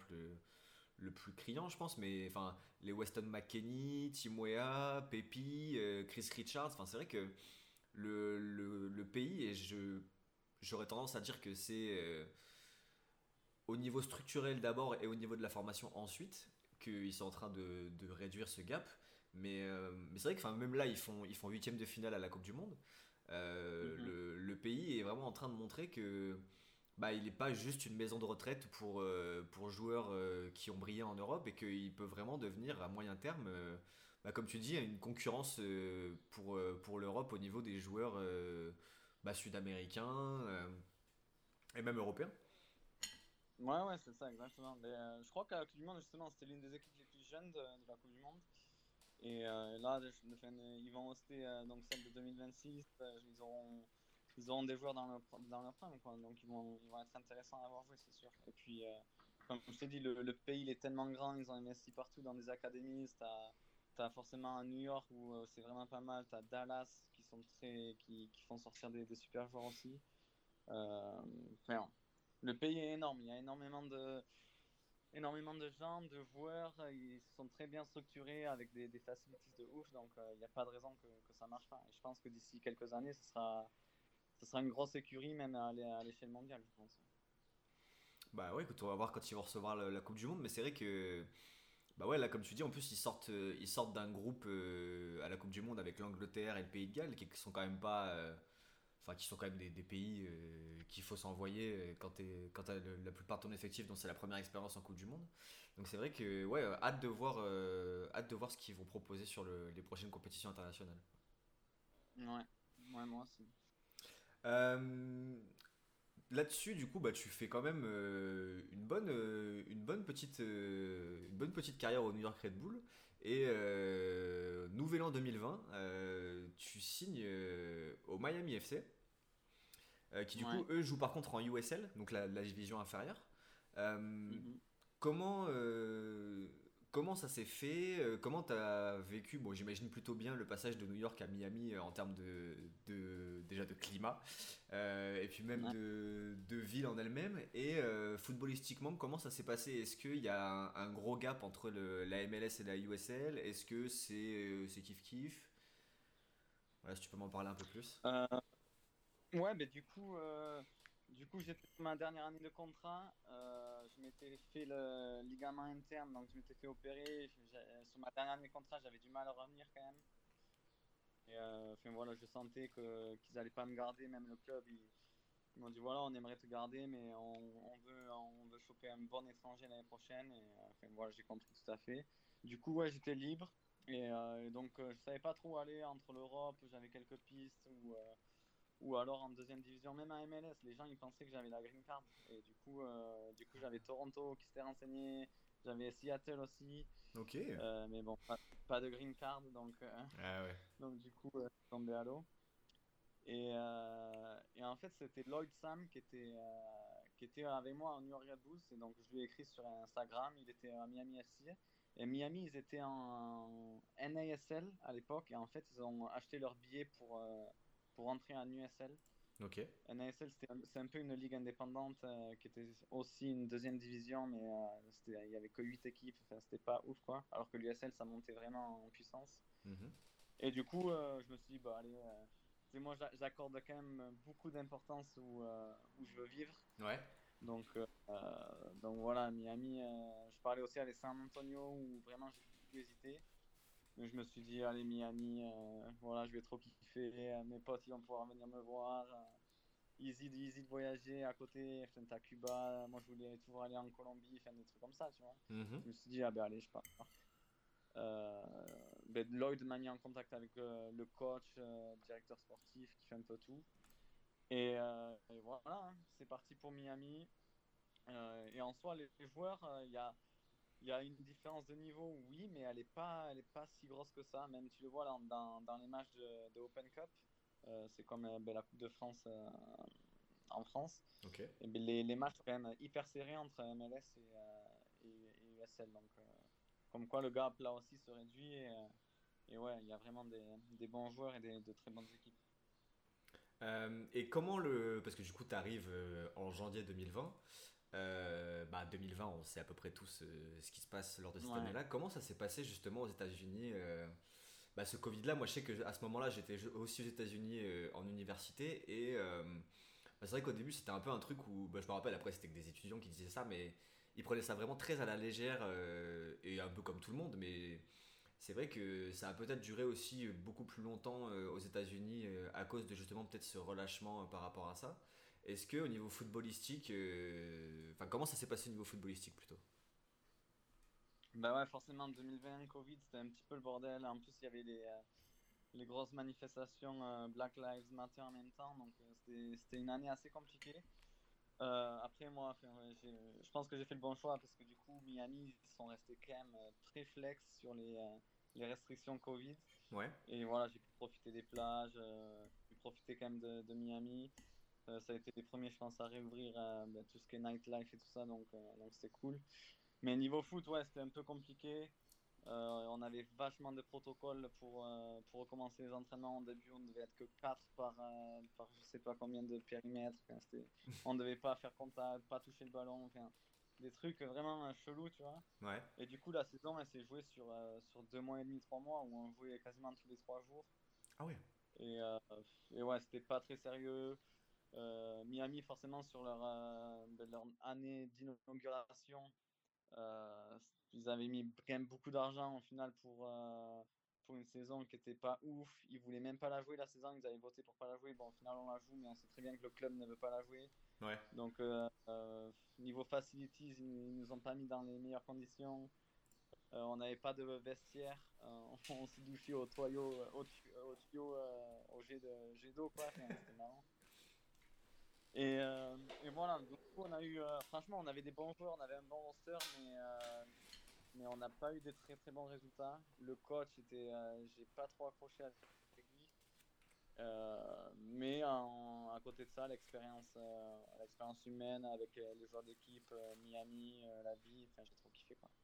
le plus criant, je pense, mais enfin, les Weston McKennie, Tim Weah, Pepi, euh, Chris Richards, enfin, c'est vrai que le, le, le pays, et je, j'aurais tendance à dire que c'est euh, au niveau structurel d'abord et au niveau de la formation ensuite qu'ils sont en train de, de réduire ce gap. Mais, euh, mais c'est vrai que enfin, même là, ils font, ils font huitième de finale à la Coupe du Monde. Euh, Mhm. le, le pays est vraiment en train de montrer que bah, il n'est pas juste une maison de retraite pour, euh, pour joueurs euh, qui ont brillé en Europe et qu'il peut vraiment devenir à moyen terme, euh, bah, comme tu dis, une concurrence euh, pour, euh, pour l'Europe au niveau des joueurs euh, bah, sud-américains euh, et même européens. Ouais, ouais, c'est ça, exactement. Mais, euh, je crois qu'à la Coupe du Monde, justement, c'était l'une des équipes les plus jeunes de, de la Coupe du Monde. Et euh, là, de- de- enfin, euh, ils vont hoster euh, donc celle de deux mille vingt-six. Euh, ils auront, ils auront des joueurs dans leur, pr- dans leur prime, quoi. Donc ils vont, ils vont être intéressants à avoir joué, c'est sûr. Et puis, euh, comme je t'ai dit, le, le pays il est tellement grand, ils ont investi partout dans des académies. T'as, t'as forcément à New York où euh, c'est vraiment pas mal. T'as Dallas qui sont très, qui, qui font sortir des, des super joueurs aussi. Euh, enfin, le pays est énorme. Il y a énormément de énormément de gens, de joueurs, euh, ils sont très bien structurés avec des, des facilities de ouf, donc il euh, n'y a pas de raison que, que ça marche pas. Et je pense que d'ici quelques années, ce sera, ce sera une grosse écurie, même à, à l'échelle mondiale, je pense. Bah ouais, écoute, on va voir quand ils vont recevoir la, la Coupe du Monde, mais c'est vrai que bah ouais, là comme tu dis, en plus ils sortent, euh, ils sortent d'un groupe euh, à la Coupe du Monde avec l'Angleterre et le Pays de Galles qui sont quand même pas, euh, enfin qui sont quand même des, des pays euh, qu'il faut s'envoyer euh, quand t'es, quand t'as le- la plupart de ton effectif, donc c'est la première expérience en Coupe du Monde. Donc c'est vrai que ouais, euh, hâte de voir, euh, hâte de voir ce qu'ils vont proposer sur le- les prochaines compétitions internationales. Ouais, ouais, moi aussi. Euh, Là-dessus, du coup, bah, tu fais quand même euh, une bonne, euh, une bonne petite, euh, une bonne petite carrière au New York Red Bull. Et euh, nouvel an deux mille vingt, euh, tu signes euh, au Miami F C, euh, qui du Ouais. coup, eux jouent par contre en U S L, donc la, la division inférieure. Euh, Mhm. comment, euh, comment ça s'est fait? euh, Comment tu as vécu? Bon, j'imagine plutôt bien le passage de New York à Miami euh, en termes de, de- déjà de climat, euh, et puis même Ouais. de, de ville en elle-même. Et euh, footballistiquement, comment ça s'est passé? Est-ce qu'il y a un, un gros gap entre le- la M L S et la U S L? Est-ce que c'est euh, c'est kiff-kiff? Voilà, si tu peux m'en parler un peu plus. Euh, ouais, mais du coup, euh, du coup, j'étais sur ma dernière année de contrat. Euh, je m'étais fait le ligament interne, donc je m'étais fait opérer. J'ai- Sur ma dernière année de contrat, j'avais du mal à revenir quand même. Et euh, enfin, voilà, je sentais que, qu'ils n'allaient pas me garder, même le club. Ils, ils m'ont dit voilà, on aimerait te garder, mais on, on veut, on veut choper un bon étranger l'année prochaine. Et euh, enfin, voilà, j'ai compris tout à fait. Du coup, ouais, j'étais libre. Et, euh, et donc, euh, je savais pas trop où aller entre l'Europe. J'avais quelques pistes ou, euh, ou alors en deuxième division, même à M L S. Les gens ils pensaient que j'avais la green card. Et du coup, euh, du coup j'avais Toronto qui s'était renseigné. J'avais Seattle aussi. Ok. Euh, mais bon, pas, pas de green card. Donc, euh, Ah ouais. donc du coup, euh, tombé à l'eau. Et, euh, et en fait, c'était Lloyd Sam qui était, euh, qui était avec moi en New York Red Bulls. Et donc, je lui ai écrit sur Instagram. Il était à Miami F C. Et Miami, ils étaient en N A S L à l'époque. Et en fait, ils ont acheté leur billet pour, euh, pour entrer en U S L. Ok. N A S L, c'était un- c'est un peu une ligue indépendante euh, qui était aussi une deuxième division, mais euh, c'était- il y avait que huit équipes. Enfin, c'était pas ouf, quoi. Alors que l'U S L, ça montait vraiment en puissance. Mhm. Et du coup, euh, je me suis dit, bah allez, euh, tu sais, moi j'a- j'accorde quand même beaucoup d'importance où, euh, où je veux vivre. Ouais. Donc, euh, donc voilà, Miami, euh, je parlais aussi avec San Antonio où vraiment j'ai beaucoup hésité. Mais je me suis dit, allez, Miami, euh, voilà, je vais trop kiffer. euh, Mes potes, ils vont pouvoir venir me voir. euh, easy, easy de voyager à côté. Enfin, t'as Cuba. Moi, je voulais toujours aller en Colombie, faire des trucs comme ça, tu vois. Mhm. Je me suis dit, ah ben allez, je pars. Euh, ben, Lloyd m'a mis en contact avec euh, le coach, euh, directeur sportif qui fait un peu tout. Et, euh, et voilà, hein, c'est parti pour Miami. Euh, et en soi, les, les joueurs, il euh, y, a, y a une différence de niveau, oui, mais elle n'est pas, elle est pas si grosse que ça. Même tu le vois là, dans, dans les matchs de, de Open Cup, euh, c'est comme euh, ben, la Coupe de France euh, en France. Ok. Et ben, les, les matchs sont quand même hyper serrés entre M L S et, euh, et, et U S L. Donc, euh, comme quoi le gap là aussi se réduit. Et, euh, et ouais, il y a vraiment des, des bons joueurs et des, de très bonnes équipes. Euh, et comment le. Parce que du coup, tu arrives en janvier deux mille vingt. Euh, bah deux mille vingt, on sait à peu près tous euh, ce qui se passe lors de cette Ouais. année-là. Comment ça s'est passé justement aux États-Unis euh, bah, ce Covid-là, moi je sais que à ce moment-là, j'étais aussi aux États-Unis euh, en université et euh, bah, c'est vrai qu'au début c'était un peu un truc où bah, je me rappelle après c'était que des étudiants qui disaient ça, mais ils prenaient ça vraiment très à la légère euh, et un peu comme tout le monde, mais c'est vrai que ça a peut-être duré aussi beaucoup plus longtemps euh, aux États-Unis euh, à cause de justement peut-être ce relâchement euh, par rapport à ça. Est-ce que au niveau footballistique, euh, enfin comment ça s'est passé au niveau footballistique plutôt? Bah ouais, forcément, en deux mille vingt, Covid, c'était un petit peu le bordel. En plus, il y avait les, euh, les grosses manifestations euh, Black Lives Matter en même temps. Donc euh, c'était, c'était une année assez compliquée. Euh, après, moi, enfin, ouais, j'ai- je pense que j'ai fait le bon choix parce que du coup, Miami, ils sont restés quand même euh, très flex sur les, euh, les restrictions Covid. Ouais. Et voilà, j'ai pu profiter des plages, euh, j'ai pu profiter quand même de, de Miami. Euh, ça a été les premiers, je pense, à réouvrir euh, ben, tout ce qui est nightlife et tout ça, donc euh, donc c'était cool. Mais niveau foot, ouais, c'était un peu compliqué. Euh, on avait vachement de protocoles pour, euh, pour recommencer les entraînements. Au début, on ne devait être que quatre par, euh, par je sais pas combien de périmètres. Enfin, c'était- on ne devait pas faire contact, pas toucher le ballon. Enfin, des trucs vraiment euh, chelous, tu vois. Ouais. Et du coup, la saison, elle s'est jouée sur, euh, sur deux mois et demi, trois mois, où on jouait quasiment tous les trois jours. Ah ouais. Et, euh, et ouais, c'était pas très sérieux. Euh, Miami, forcément, sur leur, euh, ben, leur année d'inauguration, euh, ils avaient mis quand même beaucoup d'argent au final pour, euh, pour une saison qui était pas ouf. Ils voulaient même pas la jouer la saison, ils avaient voté pour pas la jouer. Bon, au final, on la joue, mais on sait très bien que le club ne veut pas la jouer. Ouais. Donc, euh, euh, niveau facilities, ils, ils nous ont pas mis dans les meilleures conditions. Euh, on n'avait pas de vestiaire. Euh, on s'est douché au tuyau, au, tu- au, tuyau, euh, au jet de jet d'eau, quoi. Enfin, c'était marrant. Et, euh, et voilà, donc on a eu, euh, franchement, on avait des bons joueurs, on avait un bon roster, mais, euh, mais on n'a pas eu de très très bons résultats. Le coach était, euh, j'ai pas trop accroché avec lui. Euh, mais en- à côté de ça, l'expérience, euh, l'expérience humaine avec euh, les joueurs d'équipe, euh, Miami, euh, la vie, enfin, j'ai trop kiffé quoi.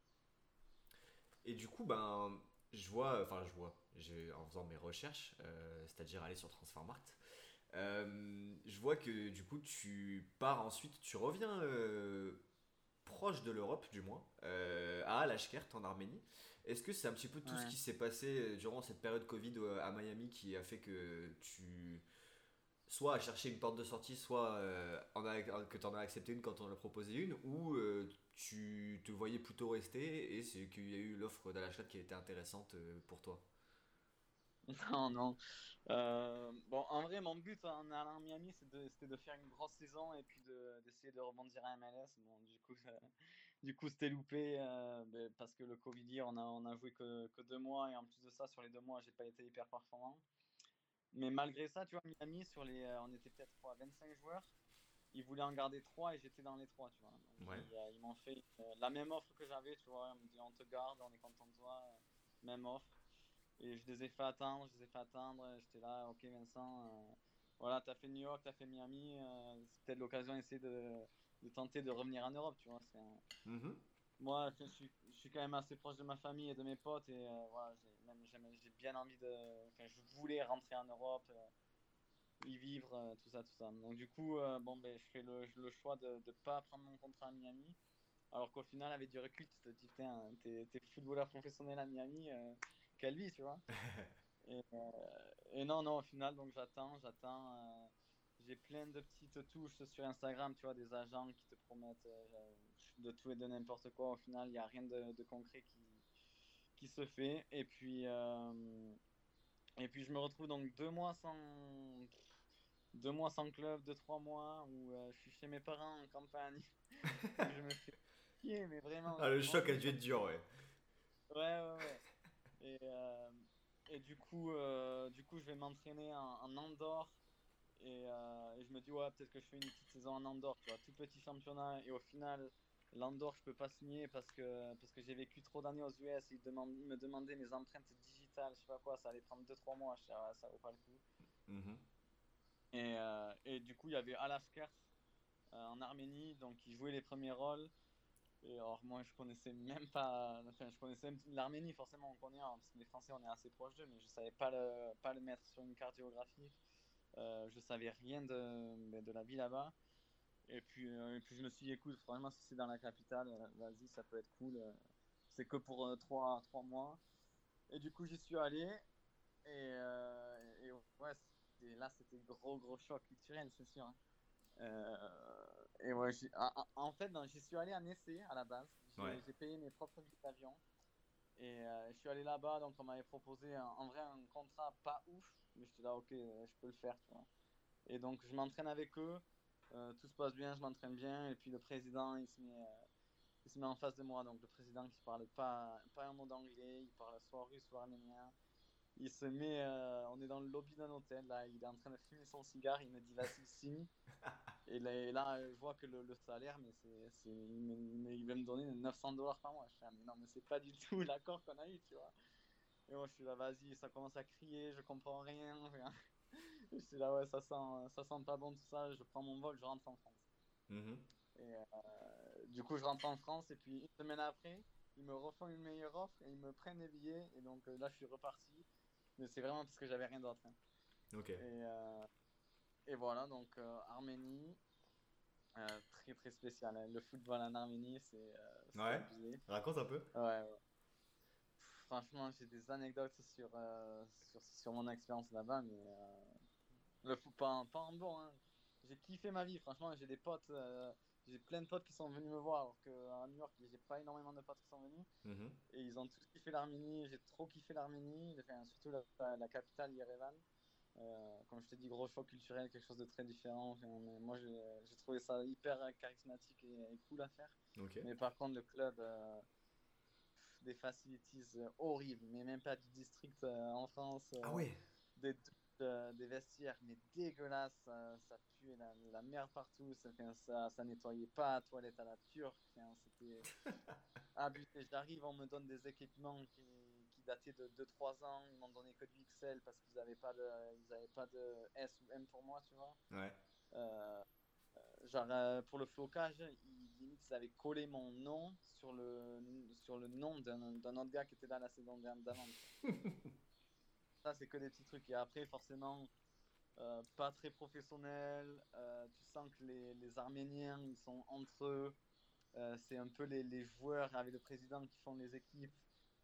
Et du coup, ben, je vois, enfin, je vois, j'ai, en faisant mes recherches, euh, c'est-à-dire aller sur Transfermarkt, euh, je vois que du coup, tu pars ensuite, tu reviens euh, proche de l'Europe, du moins, euh, à Lashkert en Arménie. Est-ce que c'est un petit peu tout ce Ouais. qui s'est passé durant cette période Covid euh, à Miami qui a fait que tu soit à chercher une porte de sortie, soit euh, en a- que tu en as accepté une quand on en a proposé une, ou euh, tu te voyais plutôt rester et c'est qu'il y a eu l'offre d'Al-Ashad qui était intéressante euh, pour toi. Non, non. Euh, bon, en vrai, mon but en allant à Miami, c'est de- c'était de faire une grosse saison et puis de- d'essayer de rebondir à M L S. Bon, du coup, euh, du coup, c'était loupé euh, ben, parce que le Covid, on a, on a joué que, que deux mois et en plus de ça, sur les deux mois, j'ai pas été hyper performant. Mais malgré ça, tu vois, Miami, sur les, euh, on était peut-être quoi, vingt-cinq joueurs. Ils voulaient en garder trois et j'étais dans les trois, tu vois. Donc, Ouais. ils, euh, ils m'ont fait euh, la même offre que j'avais, tu vois. Ils m'ont dit, on te garde, on est content de toi. euh, Même offre. Et je les ai fait attendre, je les ai fait attendre. J'étais là, ok Vincent, euh, voilà, t'as fait New York, t'as fait Miami, euh, c'est peut-être l'occasion d'essayer de, de tenter de revenir en Europe, tu vois. C'est un- Mhm. Moi, je suis, je suis quand même assez proche de ma famille et de mes potes et euh, voilà, j'ai même j'aime- j'ai bien envie de, enfin, je voulais rentrer en Europe, euh, y vivre, euh, tout ça, tout ça. Donc du coup, euh, bon ben, je fais le, le choix de ne pas prendre mon contrat à Miami. Alors qu'au final, avec du recul, tu te dis, putain, t'es, t'es footballeur professionnel à Miami, euh, quelle vie, tu vois. Et, euh, et non, non, au final, donc j'attends, j'attends. euh, j'ai plein de petites touches sur Instagram, tu vois, des agents qui te promettent euh, de tout et de n'importe quoi. Au final, il n'y a rien de, de concret qui, qui se fait. Et puis, euh, et puis, je me retrouve donc deux mois sans, deux mois sans club, deux, trois mois où euh, je suis chez mes parents en campagne, où je me fais chier, mais vraiment, Ah, je le choc a m'ennuie dû comme être dur, ouais. Ouais, ouais, ouais. Et, euh, et du coup, euh, du coup, je vais m'entraîner en, en Andorre. Et, euh, et je me dis, ouais, peut-être que je fais une petite saison en Andorre, tu vois, tout petit championnat. Et au final, l'Andorre, je peux pas signer parce que, parce que j'ai vécu trop d'années aux U S. Ils, demandent, ils me demandaient mes empreintes digitales, je sais pas quoi, ça allait prendre deux trois mois. Je dis, ah, ça vaut pas le coup. Mhm. Et, euh, et du coup, il y avait Alaskert euh, en Arménie, donc il jouait les premiers rôles. Et alors moi je connaissais même pas, enfin je connaissais un petit- l'Arménie forcément on connaît, hein, parce que les Français on est assez proches d'eux, mais je savais pas le, pas le mettre sur une carte géographique. Euh, je savais rien de, ben, de la vie là-bas. Et puis, euh, et puis je me suis dit écoute, franchement si c'est dans la capitale, euh, vas-y ça peut être cool. euh, c'est que pour euh, trois, trois mois. Et du coup j'y suis allé et, euh, et ouais, c'était- là c'était gros gros choc culturel c'est sûr, hein. Euh, et ouais, j'y- en en- en fait, non, j'y suis allé en essai à la base. Ouais. J'ai j'ai payé mes propres billets d'avion. Et euh, je suis allé là-bas, donc on m'avait proposé un- en vrai un contrat pas ouf, mais j'étais là, ok, euh, je peux le faire, tu vois. Et donc je m'entraîne avec eux, euh, tout se passe bien, je m'entraîne bien, et puis le président, il se met, euh, il se met en face de moi, donc le président qui parle pas, pas un mot d'anglais, il parle soit russe, soit arménien. il se met, euh, on est dans le lobby d'un hôtel, là, il est en train de fumer son cigare, il me dit vas-y, signe. Et là, et là, je vois que le, le salaire, mais c'est, c'est, il, me, il me- il va me donner neuf cents dollars par mois. Je suis là, mais non, mais c'est pas du tout l'accord qu'on a eu, tu vois. Et moi, je suis là, vas-y, ça commence à crier, je comprends rien. Je suis là, ouais, ça sent, ça sent pas bon tout ça. Je prends mon vol, je rentre en France. Mhm. Et euh, du coup, je rentre en France et puis une semaine après, ils me refont une meilleure offre et ils me prennent les billets. Et donc euh, là, je suis reparti. Mais c'est vraiment parce que j'avais rien d'autre, hein. Ok. Et, euh, et voilà, donc euh, Arménie, euh, très très spécial, hein. Le football en Arménie, c'est euh, c'est Ouais. abusé. Raconte un peu. Ouais, ouais. Franchement, j'ai des anecdotes sur, euh, sur, sur mon expérience là-bas, mais euh, le foot, pas, pas en bon, hein. J'ai kiffé ma vie, franchement, j'ai des potes, euh, j'ai plein de potes qui sont venus me voir, alors qu'à New York, j'ai pas énormément de potes qui sont venus. Mhm. Et ils ont tous kiffé l'Arménie, j'ai trop kiffé l'Arménie, enfin, surtout la, la, la capitale, Yerevan. Euh, comme je t'ai dit, gros choc culturel, quelque chose de très différent. Enfin, mais moi, j'ai j'ai trouvé ça hyper charismatique et, et cool à faire. Ok. Mais par contre, le club, euh, des facilities euh, horribles, mais même pas du district euh, en France, Ah euh, ouais. des, euh, des vestiaires, mais dégueulasses, ça, ça puait la, la merde partout, ça, enfin, ça, ça nettoyait pas, toilette à la turque, enfin, c'était abusé. J'arrive, on me donne des équipements qui, qui dataient de deux trois ans, ils m'ont donné que du X L parce qu'ils n'avaient pas, de, ils avaient pas de S ou M pour moi, tu vois. Ouais. Euh, Genre, euh, pour le flocage, ils, limite, ils avaient collé mon nom sur le, sur le nom d'un d'un autre gars qui était là la saison d'avant. Ça, c'est que des petits trucs. Et après, forcément, euh, pas très professionnel. Euh, tu sens que les, les Arméniens, ils sont entre eux. Euh, c'est un peu les, les joueurs avec le président qui font les équipes.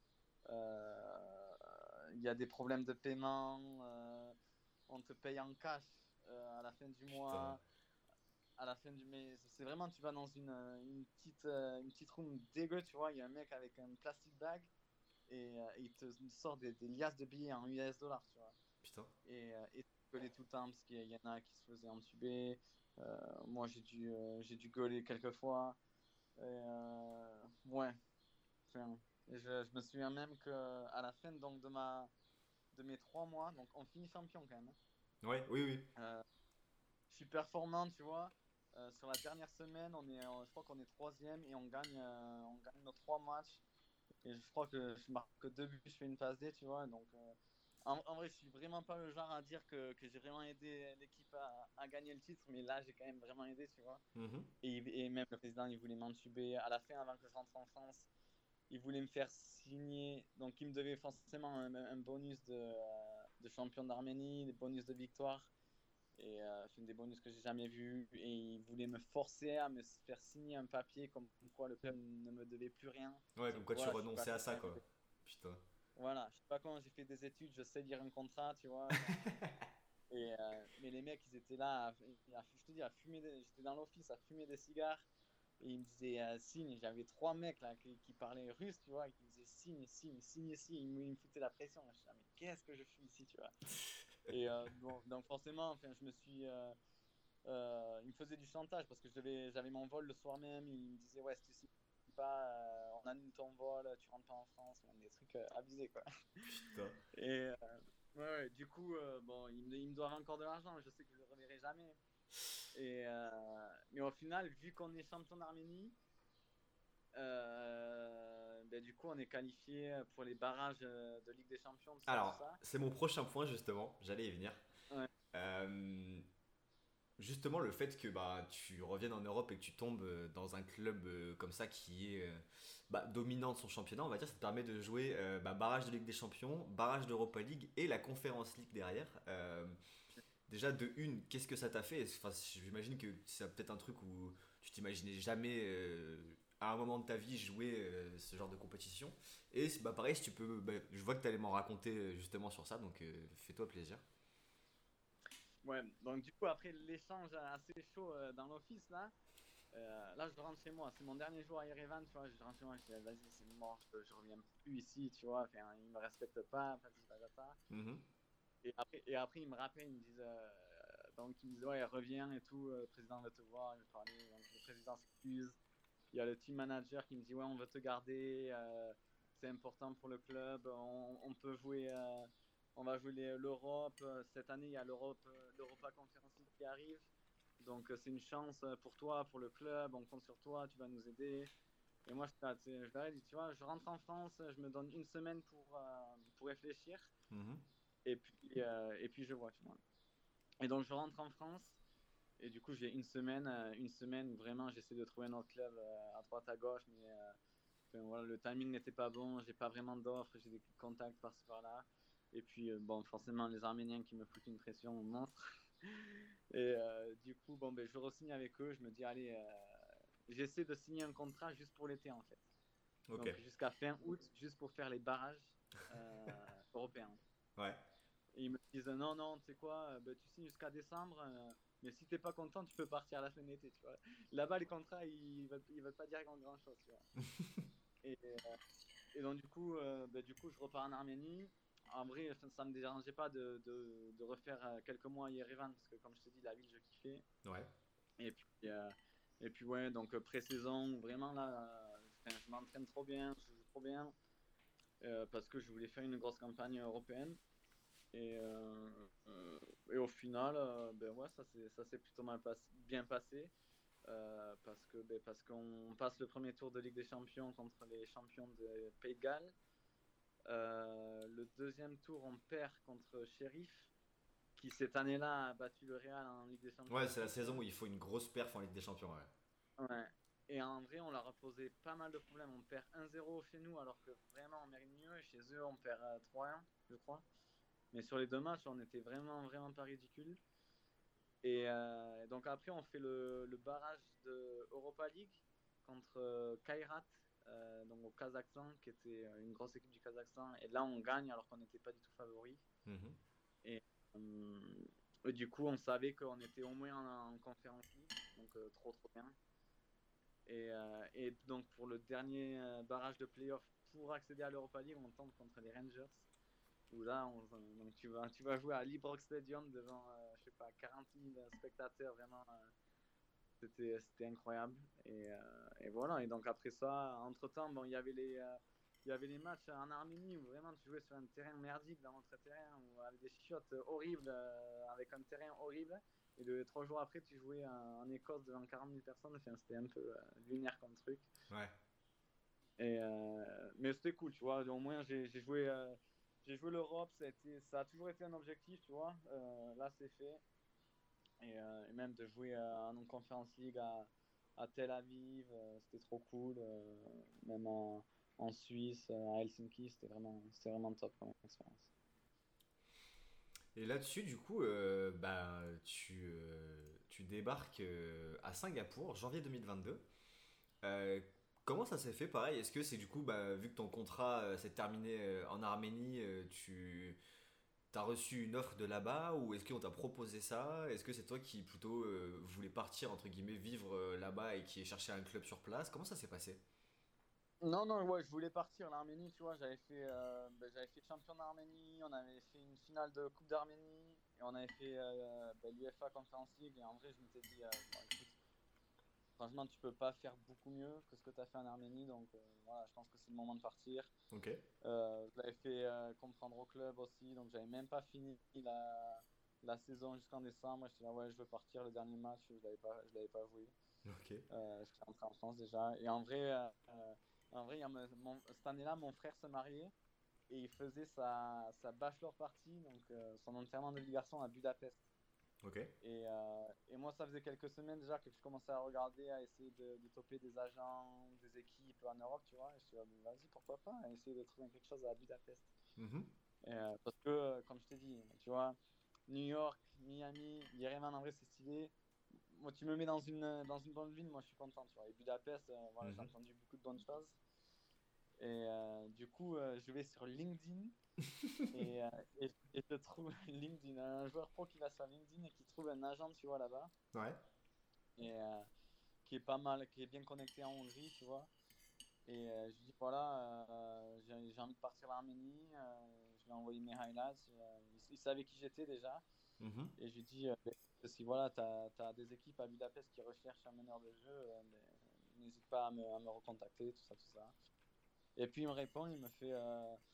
Euh, Il y a des problèmes de paiement. Euh, on te paye en cash euh, à la fin du Putain. mois. À la fin du mai, c'est vraiment, tu vas dans une, une petite, euh, une petite room dégueu, tu vois, il y a un mec avec un plastic bag et, euh, il te sort des, des liasses de billets en U S dollars, tu vois. Putain. Et, euh, et tu gueuler tout le temps parce qu'il y en a qui se faisaient entuber. Euh, moi, j'ai dû, euh, j'ai dû gueuler quelques fois. Et, euh, ouais, enfin, et je, je me souviens même qu'à la fin donc, de, ma, de mes trois mois, donc on finit champion quand même, hein. Ouais. Oui, oui. Euh, je suis performant, tu vois. Euh, sur la dernière semaine, on est, euh, je crois qu'on est troisième et on gagne, euh, on gagne nos trois matchs. Et je crois que je marque que deux buts, je fais une passe D, tu vois. Donc, euh, en, en vrai, je suis vraiment pas le genre à dire que, que j'ai vraiment aidé l'équipe à, à gagner le titre, mais là, j'ai quand même vraiment aidé, tu vois. Mhm. Et, et même le président, il voulait m'entuber à la fin, avant que je rentre en France. Il voulait me faire signer, donc il me devait forcément un, un bonus de, euh, de champion d'Arménie, des bonus de victoire. Et euh, c'est une des bonus que j'ai jamais vu. Et il voulait me forcer à me faire signer un papier comme quoi le club ne me devait plus rien. Ouais, Sauf comme que quoi tu voilà, je suis pas renonçais à con, ça, hein, j'ai quoi. fait- Putain. voilà, je suis pas con, j'ai fait des études, je sais lire un contrat, tu vois. Enfin, et, euh, mais les mecs, ils étaient là, à, à- je te dis, à fumer des- j'étais dans l'office à fumer des cigares. Et ils me disaient euh, signe. J'avais trois mecs là qui, qui parlaient russe, tu vois, et qui me disaient signe, signe, signe ici. Ils me, ils me foutaient la pression. Je suis là, mais qu'est-ce que je fais ici, tu vois. Et euh, donc, donc forcément, enfin, je me suis, euh, euh, il me faisait du chantage parce que je devais, j'avais mon vol le soir même. Il me disait, ouais, si tu signes pas, euh, on annule ton vol, tu rentres pas en France. Enfin, des trucs euh, abusés, quoi. Putain. Et euh, ouais, ouais, du coup, euh, bon, ils me, ils me doivent encore de l'argent. Je sais que je le reverrai jamais. Et, euh, mais au final, vu qu'on est champion d'Arménie, euh, ben, du coup, on est qualifié pour les barrages euh, de Ligue des Champions, tout ça, tout Alors, ça. c'est mon prochain point, justement. J'allais y venir. Ouais, Euh, Justement, le fait que bah, tu reviennes en Europe et que tu tombes euh, dans un club euh, comme ça qui est euh, bah, dominant de son championnat, on va dire, ça te permet de jouer euh, bah, barrage de Ligue des Champions, barrage d'Europa League et la Conference League derrière. Euh, déjà, de une, qu'est-ce que ça t'a fait? Enfin, j'imagine que c'est peut-être un truc où tu t'imaginais jamais euh, à un moment de ta vie jouer euh, ce genre de compétition. Et bah, pareil, si tu peux, bah, je vois que tu allais m'en raconter euh, justement sur ça, donc euh, fais-toi plaisir. ouais. Donc, du coup, après l'échange assez chaud euh, dans l'office, là, euh, là, je rentre chez moi. C'est mon dernier jour à Yerevan, tu vois. Je rentre chez moi, je dis, vas-y, c'est mort, je, je reviens plus ici, tu vois. Enfin, ils me respectent pas, patati patata. Mhm. Et après, et après, ils me rappellent, ils me disent, euh, donc, ils me disent, ouais, reviens et tout, euh, le président veut te voir, il veut te parler. Donc, le président s'excuse. Il y a le team manager qui me dit, ouais, on veut te garder, euh, c'est important pour le club, on, on peut jouer. Euh, on va jouer les- l'Europe. Euh, Cette année, il y a l'Europe, euh, l'Europa Conference League qui arrive. Donc, euh, c'est une chance euh, pour toi, pour le club. On compte sur toi, tu vas nous aider. Et moi, je, là, tu sais, je leur ai dit, tu vois, je rentre en France, je me donne une semaine pour, euh, pour réfléchir. Mhm. Et puis, euh, et puis je vois, tu vois. Et donc, je rentre en France. Et du coup, j'ai une semaine, euh, une semaine où vraiment j'essaie de trouver un autre club euh, à droite, à gauche. Mais euh, enfin, voilà, le timing n'était pas bon. J'ai pas vraiment d'offres. J'ai des contacts par-ci, par-là. Et puis, euh, bon, forcément, les Arméniens qui me foutent une pression monstre. Et euh, du coup, bon, ben, je re-signe avec eux. Je me dis, allez, euh, j'essaie de signer un contrat juste pour l'été, en fait. Ok. Donc, jusqu'à fin août, juste pour faire les barrages euh, européens. Ouais. Et ils me disent, non, non, tu sais quoi, euh, ben, tu signes jusqu'à décembre. Euh, mais si t'es pas content, tu peux partir à la fin de l'été, tu vois. Là-bas, les contrats, ils veulent, ils veulent pas dire grand, chose, tu vois. Et, euh, et donc, du coup, euh, ben, du coup, je repars en Arménie. En vrai, ça, ça me dérangeait pas de, de, de refaire euh, quelques mois à Yerevan, parce que, comme je te dis, la ville, je kiffais. Ouais. Et puis, euh, et puis ouais, donc euh, pré-saison, vraiment là, euh, enfin, je m'entraîne trop bien, je joue trop bien, euh, parce que je voulais faire une grosse campagne européenne. Et, euh, euh, et au final, euh, ben ouais, ça s'est ça s'est plutôt mal pass- bien passé. Euh, parce que ben, parce qu'on passe le premier tour de Ligue des Champions contre les champions de Pays de Galles. Euh, le deuxième tour, on perd contre Sheriff, qui cette année-là a battu le Real en Ligue des Ouais, Champions c'est la aussi. saison où il faut une grosse perf en Ligue des Champions. Ouais. Ouais. Et en vrai, on leur a posé pas mal de problèmes. On perd un zéro chez nous, alors que vraiment on mérite mieux. Et chez eux, on perd euh, trois un, je crois. Mais sur les deux matchs, on était vraiment, vraiment pas ridicule. Et euh, donc après, on fait le, le barrage de Europa League contre euh, Kairat, euh, donc au Kazakhstan, qui était euh, une grosse équipe du Kazakhstan. Et là, on gagne alors qu'on n'était pas du tout favori. Mhm. Et, euh, et du coup, on savait qu'on était au moins en, en Conference League, donc euh, trop, trop bien. Et, euh, et donc pour le dernier euh, barrage de playoff pour accéder à l'Europa League, on tombe contre les Rangers. Où là, on, donc tu, vas, tu vas jouer à Librox Stadium devant, euh, je sais pas, quarante mille spectateurs. Vraiment, euh, c'était, c'était incroyable. Et, euh, et voilà. Et donc après ça, entre-temps, bon, il y avait les... Euh, il y avait les matchs en Arménie où vraiment tu jouais sur un terrain merdique dans notre terrain, où, avec des chiottes horribles, euh, avec un terrain horrible. Et deux, trois jours après, tu jouais en, en Écosse devant quarante mille personnes. Enfin, c'était un peu euh, lunaire comme truc. Ouais. Et, euh, mais c'était cool, tu vois. Au moins, j'ai, j'ai joué, euh, j'ai joué l'Europe. Ça a, été, ça a toujours été un objectif, tu vois. Euh, là, c'est fait. Et, euh, et même de jouer euh, en Conference League à, à Tel Aviv, euh, c'était trop cool. Euh, même en, en Suisse, euh, à Helsinki, c'était vraiment, c'était vraiment top comme expérience. Et là-dessus, du coup, euh, bah, tu, euh, tu débarques euh, à Singapour, janvier deux mille vingt-deux. Euh, Comment ça s'est fait, pareil? Est-ce que c'est du coup, bah, vu que ton contrat euh, s'est terminé euh, en Arménie, euh, tu as reçu une offre de là-bas ou est-ce qu'on t'a proposé ça? Est-ce que c'est toi qui plutôt euh, voulais partir, entre guillemets, vivre euh, là-bas et qui est cherché un club sur place? Comment ça s'est passé? Non, non, ouais, je voulais partir. L'Arménie, tu vois, j'avais fait, euh, ben, j'avais fait champion d'Arménie, on avait fait une finale de Coupe d'Arménie, et on avait fait euh, ben, l'UEFA Conference League. Et en vrai, je m'étais dit, euh, bon, écoute, franchement, tu peux pas faire beaucoup mieux que ce que tu as fait en Arménie, donc euh, voilà, je pense que c'est le moment de partir. Ok. Euh, je l'avais fait euh, comprendre au club aussi, donc j'avais même pas fini la, la saison jusqu'en décembre. J'étais là, ouais, je veux partir. Le dernier match, je l'avais pas, je l'avais pas joué. Ok. Euh, j'étais rentré en France déjà. Et en vrai, euh, euh, en vrai, il y a mon- mon- cette année-là, mon frère se mariait et il faisait sa, sa bachelor party, donc euh, son enterrement de vie de garçon à Budapest. Ok. Et, euh, et moi, ça faisait quelques semaines déjà que je commençais à regarder, à essayer de, de toper des agents, des équipes en Europe, tu vois. Et je suis là, bon, vas-y, pourquoi pas, essayer de trouver quelque chose à Budapest. Mhm. Et, euh, parce que, euh, comme je t'ai dit, tu vois, New York, Miami, Yerevan, en vrai, c'est stylé. Moi, tu me mets dans une, dans une bonne ville, moi, je suis content, tu vois. Et Budapest, euh, voilà, j'ai Mhm. entendu beaucoup de bonnes choses. Et euh, du coup, euh, je vais sur LinkedIn et, euh, et, et je trouve LinkedIn, un joueur pro qui va sur LinkedIn et qui trouve un agent, tu vois, là-bas. Ouais. Et euh, qui est pas mal, qui est bien connecté en Hongrie, tu vois. Et euh, je lui dis, voilà, euh, j'ai, j'ai envie de partir à l'Arménie. Euh, je lui ai envoyé mes highlights. Euh, il, il savait qui j'étais déjà. Mhm. Et je lui dis, euh, ben, si voilà, tu as des équipes à Budapest qui recherchent un meneur de jeu, euh, ben, n'hésite pas à me, à me recontacter, tout ça, tout ça. Et puis il me répond, il me fait, euh,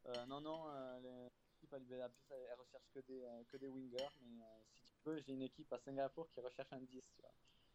Euh, non, non, euh, l'équipe à l'U B A Plus, elle, elle recherche que des, euh, que des wingers, mais euh, si tu veux, j'ai une équipe à Singapour qui recherche un dix, tu vois.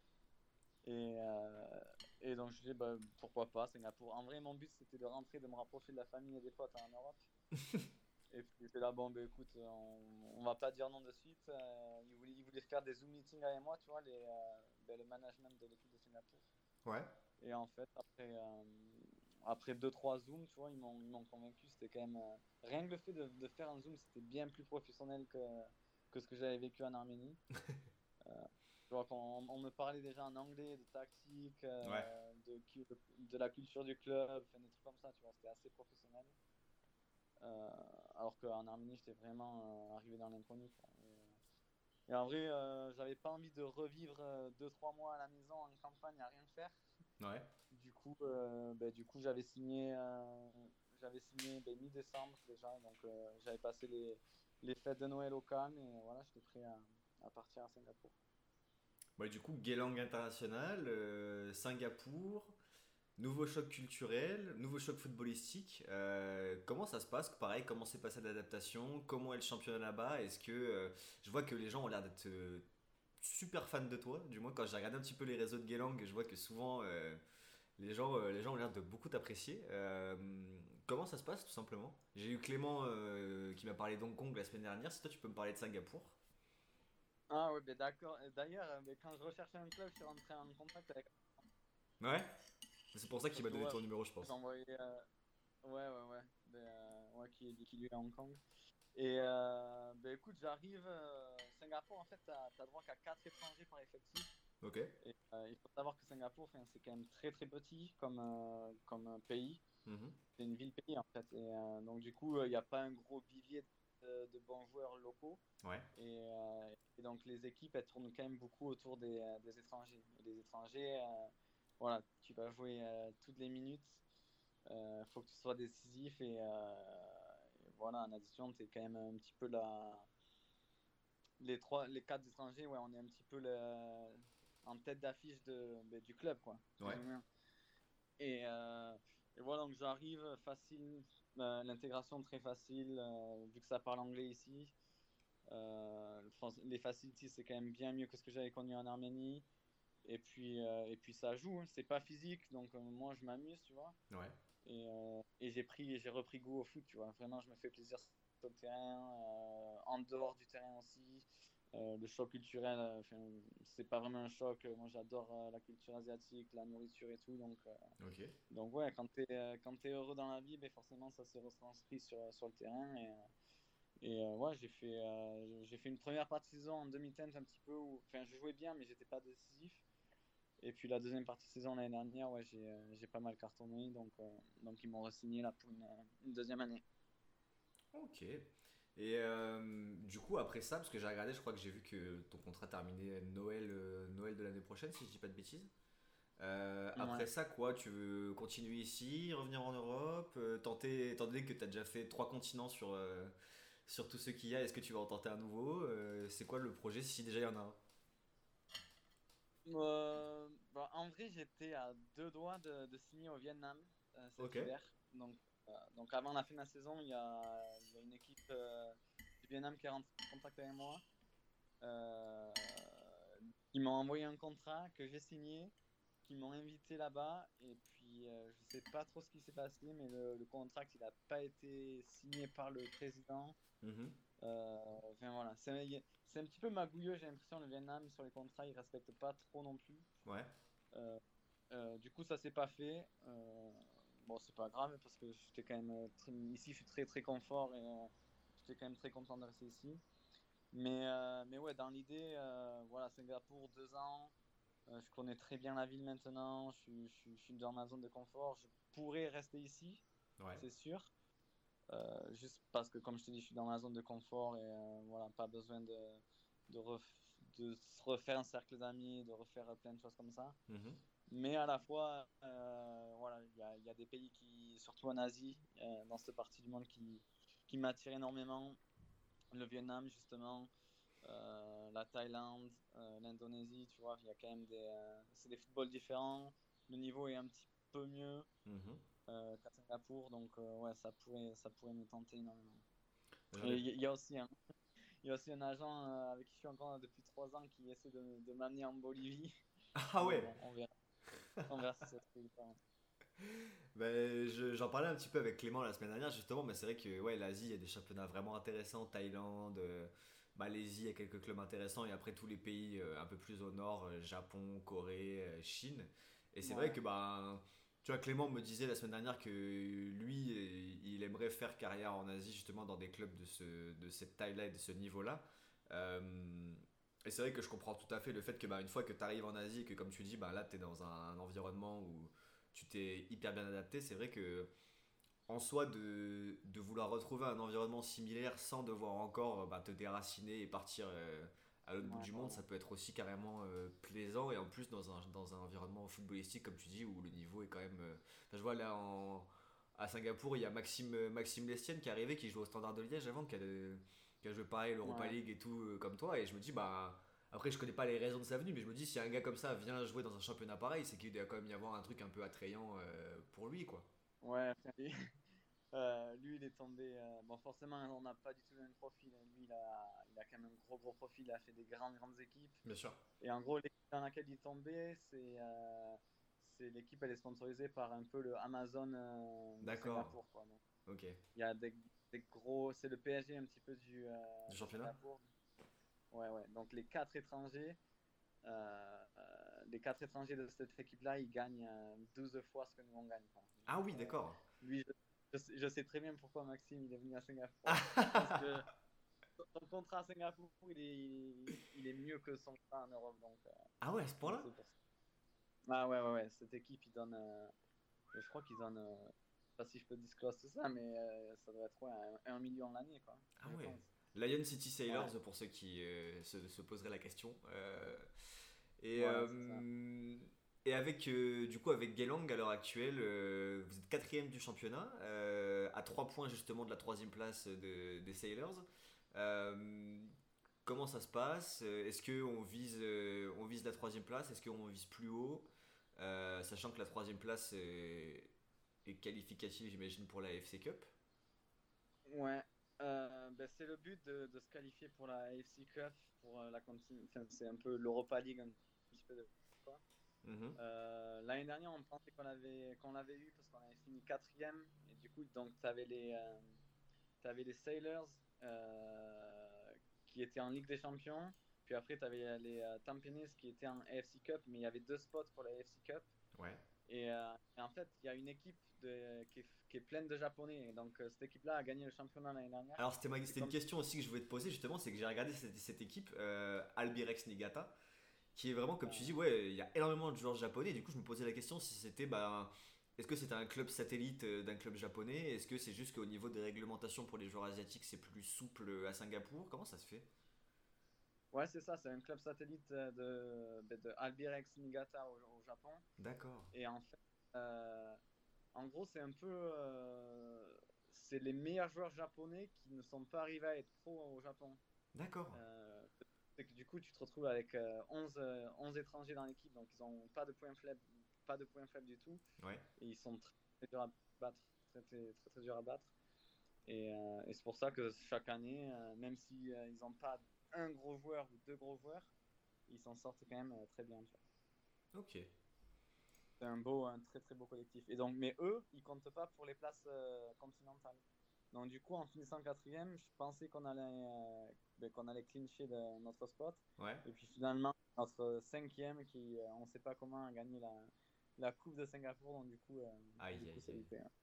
Et, euh, et donc je dis bah, pourquoi pas Singapour. En vrai, mon but c'était de rentrer, de me rapprocher de la famille et des potes en Europe. Et puis c'est là, bon, bah écoute, on, on va pas dire non de suite. Euh, ils, voulaient, ils voulaient faire des Zoom meetings avec moi, tu vois, les, euh, bah, le management de l'équipe de Singapour. Ouais. Et en fait, après, euh, après deux trois Zooms, tu vois, ils m'ont, ils m'ont convaincu. C'était quand même. Euh, rien que le fait de, de faire un Zoom, c'était bien plus professionnel que, que ce que j'avais vécu en Arménie. Euh, tu vois, quand on, on me parlait déjà en anglais de tactique, Ouais. euh, de, de la culture du club, enfin, des trucs comme ça, tu vois, c'était assez professionnel. Euh, alors qu'en Arménie, j'étais vraiment euh, arrivé dans l'inconnu, quoi. Et, euh, et en vrai, euh, j'avais pas envie de revivre deux trois mois à la maison en campagne à rien faire. Ouais. Du coup, euh, ben, du coup j'avais signé, euh, j'avais signé ben, mi-décembre déjà, donc euh, j'avais passé les, les fêtes de Noël au calme et voilà, j'étais prêt à, à partir à Singapour. Ouais, du coup, Gelang International, euh, Singapour, nouveau choc culturel, nouveau choc footballistique. Euh, comment ça se passe? Pareil, comment s'est passée l'adaptation? Comment est le championnat là-bas? Est-ce que euh, je vois que les gens ont l'air d'être euh, super fans de toi? Du moins, quand j'ai regardé un petit peu les réseaux de Gelang, je vois que souvent euh, les gens, euh, les gens ont l'air de beaucoup t'apprécier. Euh, comment ça se passe tout simplement? J'ai eu Clément euh, qui m'a parlé d'Hong Kong la semaine dernière. Si toi tu peux me parler de Singapour. Ah ouais, ben d'accord. D'ailleurs, euh, ben, quand je recherchais un club, je suis rentré en contact avec. Ouais. C'est pour ça qu'il Parce m'a que donné ouais, ton numéro, je j'ai pense. envoyé. euh, Ouais, ouais, ouais. Ben, euh, ouais, qui, qui lui est à Hong Kong. Et euh, ben écoute, j'arrive. Euh, Singapour, en fait, t'as as droit qu'à quatre étrangers par effectif. Ok. Et euh, il faut savoir que Singapour, enfin, c'est quand même très très petit comme, euh, comme un pays. Mhm. C'est une ville-pays en fait. Et euh, donc, du coup, il n'y a pas un gros vivier de, de bons joueurs locaux. Ouais. Et, euh, et donc, les équipes, elles tournent quand même beaucoup autour des, euh, des étrangers. Et les étrangers, euh, voilà, tu vas jouer euh, toutes les minutes. Il euh, faut que tu sois décisif. Et, euh, et voilà, en addition, tu es quand même un petit peu la. Les, trois, les quatre étrangers, ouais, on est un petit peu le, en tête d'affiche de, ben, du club, quoi, plus Ouais. ou moins. Et, euh, et voilà, donc j'arrive facile, euh, l'intégration très facile, euh, vu que ça parle anglais ici. Euh, les facilities, c'est quand même bien mieux que ce que j'avais connu en Arménie. Et puis, euh, et puis ça joue, hein. C'est pas physique, donc euh, moi je m'amuse, tu vois. Ouais. Et, euh, et j'ai pris, j'ai repris goût au foot, tu vois. Vraiment, je me fais plaisir sur le terrain, euh, en dehors du terrain aussi. Euh, le choc culturel, euh, enfin, c'est pas vraiment un choc. Moi, j'adore euh, la culture asiatique, la nourriture et tout. Donc, euh, Ok. donc ouais, quand t'es euh, quand t'es heureux dans la vie, ben forcément, ça se retranscrit sur, sur le terrain. Et, euh, et euh, ouais, j'ai fait, euh, j'ai fait une première partie de saison en demi-teinte un petit peu. Où, enfin, je jouais bien, mais j'étais pas décisif. Et puis la deuxième partie de saison l'année dernière, ouais, j'ai, euh, j'ai pas mal cartonné. Donc, euh, donc ils m'ont re-signé là pour une, une deuxième année. Ok. Et euh, du coup, après ça, parce que j'ai regardé, je crois que j'ai vu que ton contrat terminait Noël, euh, Noël de l'année prochaine, si je dis pas de bêtises. Euh, après Ouais. ça, quoi, tu veux continuer ici, revenir en Europe, euh, tenter, étant donné que tu as déjà fait trois continents sur, euh, sur tout ce qu'il y a, est-ce que tu vas en tenter un nouveau? Euh, c'est quoi le projet si déjà il y en a un? Euh, bah, en vrai, j'étais à deux doigts de, de signer au Vietnam euh, cet Ok. hiver. Donc, euh, donc avant la fin de la saison, il y a, il y a une équipe euh, du Vietnam qui est rentrée en contact avec moi. Euh, Ils m'ont envoyé un contrat que j'ai signé, qui m'ont invité là-bas. Et puis, euh, je sais pas trop ce qui s'est passé, mais le, le contrat, il n'a pas été signé par le président. Mhm. Euh, enfin, voilà. C'est c'est un petit peu magouilleux, j'ai l'impression, le Vietnam, sur les contrats, ils respectent pas trop non plus. Ouais. Euh, euh, du coup, ça s'est pas fait. Euh, bon, c'est pas grave parce que j'étais quand même euh, très- ici, je suis très très confort et euh, j'étais quand même très content de rester ici. Mais, euh, mais ouais, dans l'idée, euh, voilà, Singapour, deux ans. Euh, je connais très bien la ville maintenant. Je suis, je suis- je suis dans ma zone de confort. Je pourrais rester ici, Ouais. c'est sûr. Euh, juste parce que, comme je te dis, je suis dans ma zone de confort et euh, voilà, pas besoin de, de, ref- de se refaire un cercle d'amis, de refaire plein de choses comme ça. Mhm. Mais à la fois, euh, voilà, il y a, il y a des pays qui, surtout en Asie, euh, dans cette partie du monde, qui, qui m'attirent énormément. Le Vietnam, justement, euh, la Thaïlande, euh, l'Indonésie, tu vois, il y a quand même des, euh, c'est des footballs différents. Le niveau est un petit peu mieux. Mhm. euh, qu'à Singapour, donc euh, ouais, ça pourrait, ça pourrait me tenter énormément. J'en Et ai... il y, y a aussi un, il y a aussi un agent euh, avec qui je suis encore depuis trois ans qui essaie de, de m'amener en Bolivie. Ah Mais ouais. bon, on verra, on verra si ça se fait ou pas. Ben, je- j'en parlais un petit peu avec Clément la semaine dernière justement, mais c'est vrai que ouais, l'Asie, il y a des championnats vraiment intéressants, Thaïlande, euh, Malaisie, il y a quelques clubs intéressants, et après tous les pays euh, un peu plus au nord, euh, Japon, Corée, euh, Chine. Et c'est vrai Ouais, que ben, tu vois, Clément me disait la semaine dernière que lui, euh, il aimerait faire carrière en Asie justement dans des clubs de, ce, de cette taille-là et de ce niveau-là. Euh, et c'est vrai que je comprends tout à fait le fait que bah, une fois que tu arrives en Asie et que comme tu dis, bah, là tu es dans un environnement où tu t'es hyper bien adapté, c'est vrai que en soi de, de vouloir retrouver un environnement similaire sans devoir encore bah, te déraciner et partir euh, à l'autre bout ouais, du monde, ouais. ça peut être aussi carrément euh, plaisant et en plus dans un, dans un environnement footballistique comme tu dis où le niveau est quand même... euh, enfin, je vois là en, à Singapour il y a Maxime, Maxime Lestienne qui est arrivé, qui joue au Standard de Liège avant, qui a, de- qui a joué pareil l'Europa Ouais. League et tout euh, comme toi et je me dis bah... Après, je connais pas les raisons de sa venue, mais je me dis, si un gars comme ça vient jouer dans un championnat pareil, c'est qu'il doit quand même y avoir un truc un peu attrayant euh, pour lui, quoi. Ouais, enfin, lui, euh, lui, il est tombé. Euh, bon, forcément, on n'a pas du tout le même profil. Lui, il a, il a quand même un gros, gros profil. Il a fait des grandes, grandes équipes. Bien sûr. Et en gros, l'équipe dans laquelle il est tombé, c'est euh, c'est l'équipe, elle est sponsorisée par un peu le Amazon euh, de D'accord. Singapour, quoi. Donc, Ok. il y a des, des gros. C'est le P S G un petit peu du, euh, Du de championnat? Singapour. Ouais, ouais. Donc, les quatre étrangers, euh, euh, les quatre étrangers de cette équipe-là, ils gagnent euh, douze fois ce que nous on gagne, quoi. Ah Donc, oui, euh, d'accord. lui, je, je sais, je sais très bien pourquoi Maxime il est venu à Singapour. Je pense que son contrat à Singapour, il est, il est, il est mieux que son contrat en Europe. Donc, euh, Ah ouais, à ce donc point-là? c'est pour ça. Ah ouais, ouais, ouais. Cette équipe, il donne. Euh, je crois qu'ils donnent. Euh, je sais pas si je peux disclose tout ça, mais euh, ça doit être ouais, un, un million l'année, quoi. Ah Je ouais. pense. Lion City Ouais, Sailors, pour ceux qui euh, se, se poseraient la question. Euh, et, voilà, c'est ça. euh, et avec, euh, du coup, avec Geelong, à l'heure actuelle, euh, vous êtes quatrième du championnat, euh, à trois points justement de la troisième place de- des Sailors. Euh, Comment ça se passe? Est-ce qu'on vise, euh, on vise la troisième place? Est-ce qu'on vise plus haut? Euh, sachant que la troisième place est, est qualificative, j'imagine, pour la F C Cup. Ouais. Euh, ben, c'est le but de, de se qualifier pour la A F C Cup, pour euh, la continue. Enfin, c'est un peu l'Europa League, un petit peu de quoi. Mhm. Euh, l'année dernière, on pensait qu'on l'avait qu'on l'avait eu parce qu'on avait fini quatrième. Et du coup, donc, tu avais les, euh, t'avais les Sailors euh, qui étaient en Ligue des Champions. Puis après, tu avais les euh, Tampines qui étaient en A F C Cup, mais il y avait deux spots pour la A F C Cup. Ouais. Et, euh, et en fait, il y a une équipe de, qui, est, qui est pleine de Japonais. Et donc, euh, cette équipe-là a gagné le championnat l'année dernière. Alors c'était ma- C'est c'était une comme. question aussi que je voulais te poser justement, c'est que j'ai regardé cette, cette équipe, euh, Albirex Niigata, qui est vraiment, comme tu Ouais. dis, ouais, il y a énormément de joueurs japonais. Du coup, je me posais la question si c'était, bah, est-ce que c'était un club satellite euh, d'un club japonais? Est-ce que c'est juste qu'au niveau des réglementations pour les joueurs asiatiques, c'est plus souple à Singapour? Comment ça se fait? Ouais, c'est ça. C'est un club satellite de, de, de Albirex Niigata au, au Japon. D'accord, Et en fait, euh, en gros, c'est un peu. Euh, c'est les meilleurs joueurs japonais qui ne sont pas arrivés à être pros au Japon. d'accord, Euh, c'est que du coup, tu te retrouves avec euh, onze, euh, onze étrangers dans l'équipe, donc ils n'ont pas de points faibles, pas de points faibles du tout. ouais, Et ils sont très, très durs à battre. Très, très, très, très durs à battre. Et, euh, et c'est pour ça que chaque année, euh, même s'ils si, euh, n'ont pas un gros joueur ou deux gros joueurs, ils s'en sortent quand même euh, très bien. Tu vois. ok, C'est un beau, un très très beau collectif. Et donc, mais eux, ils comptent pas pour les places euh, continentales. Donc du coup, en finissant quatrième, je pensais qu'on allait, euh, ben, qu'on allait clincher de notre spot. ouais, Et puis finalement, notre cinquième, qui, euh, on ne sait pas comment, a gagné la, la Coupe de Singapour. Donc du coup, euh, aïe du coup, aïe c'est aïe. loupé. Hein.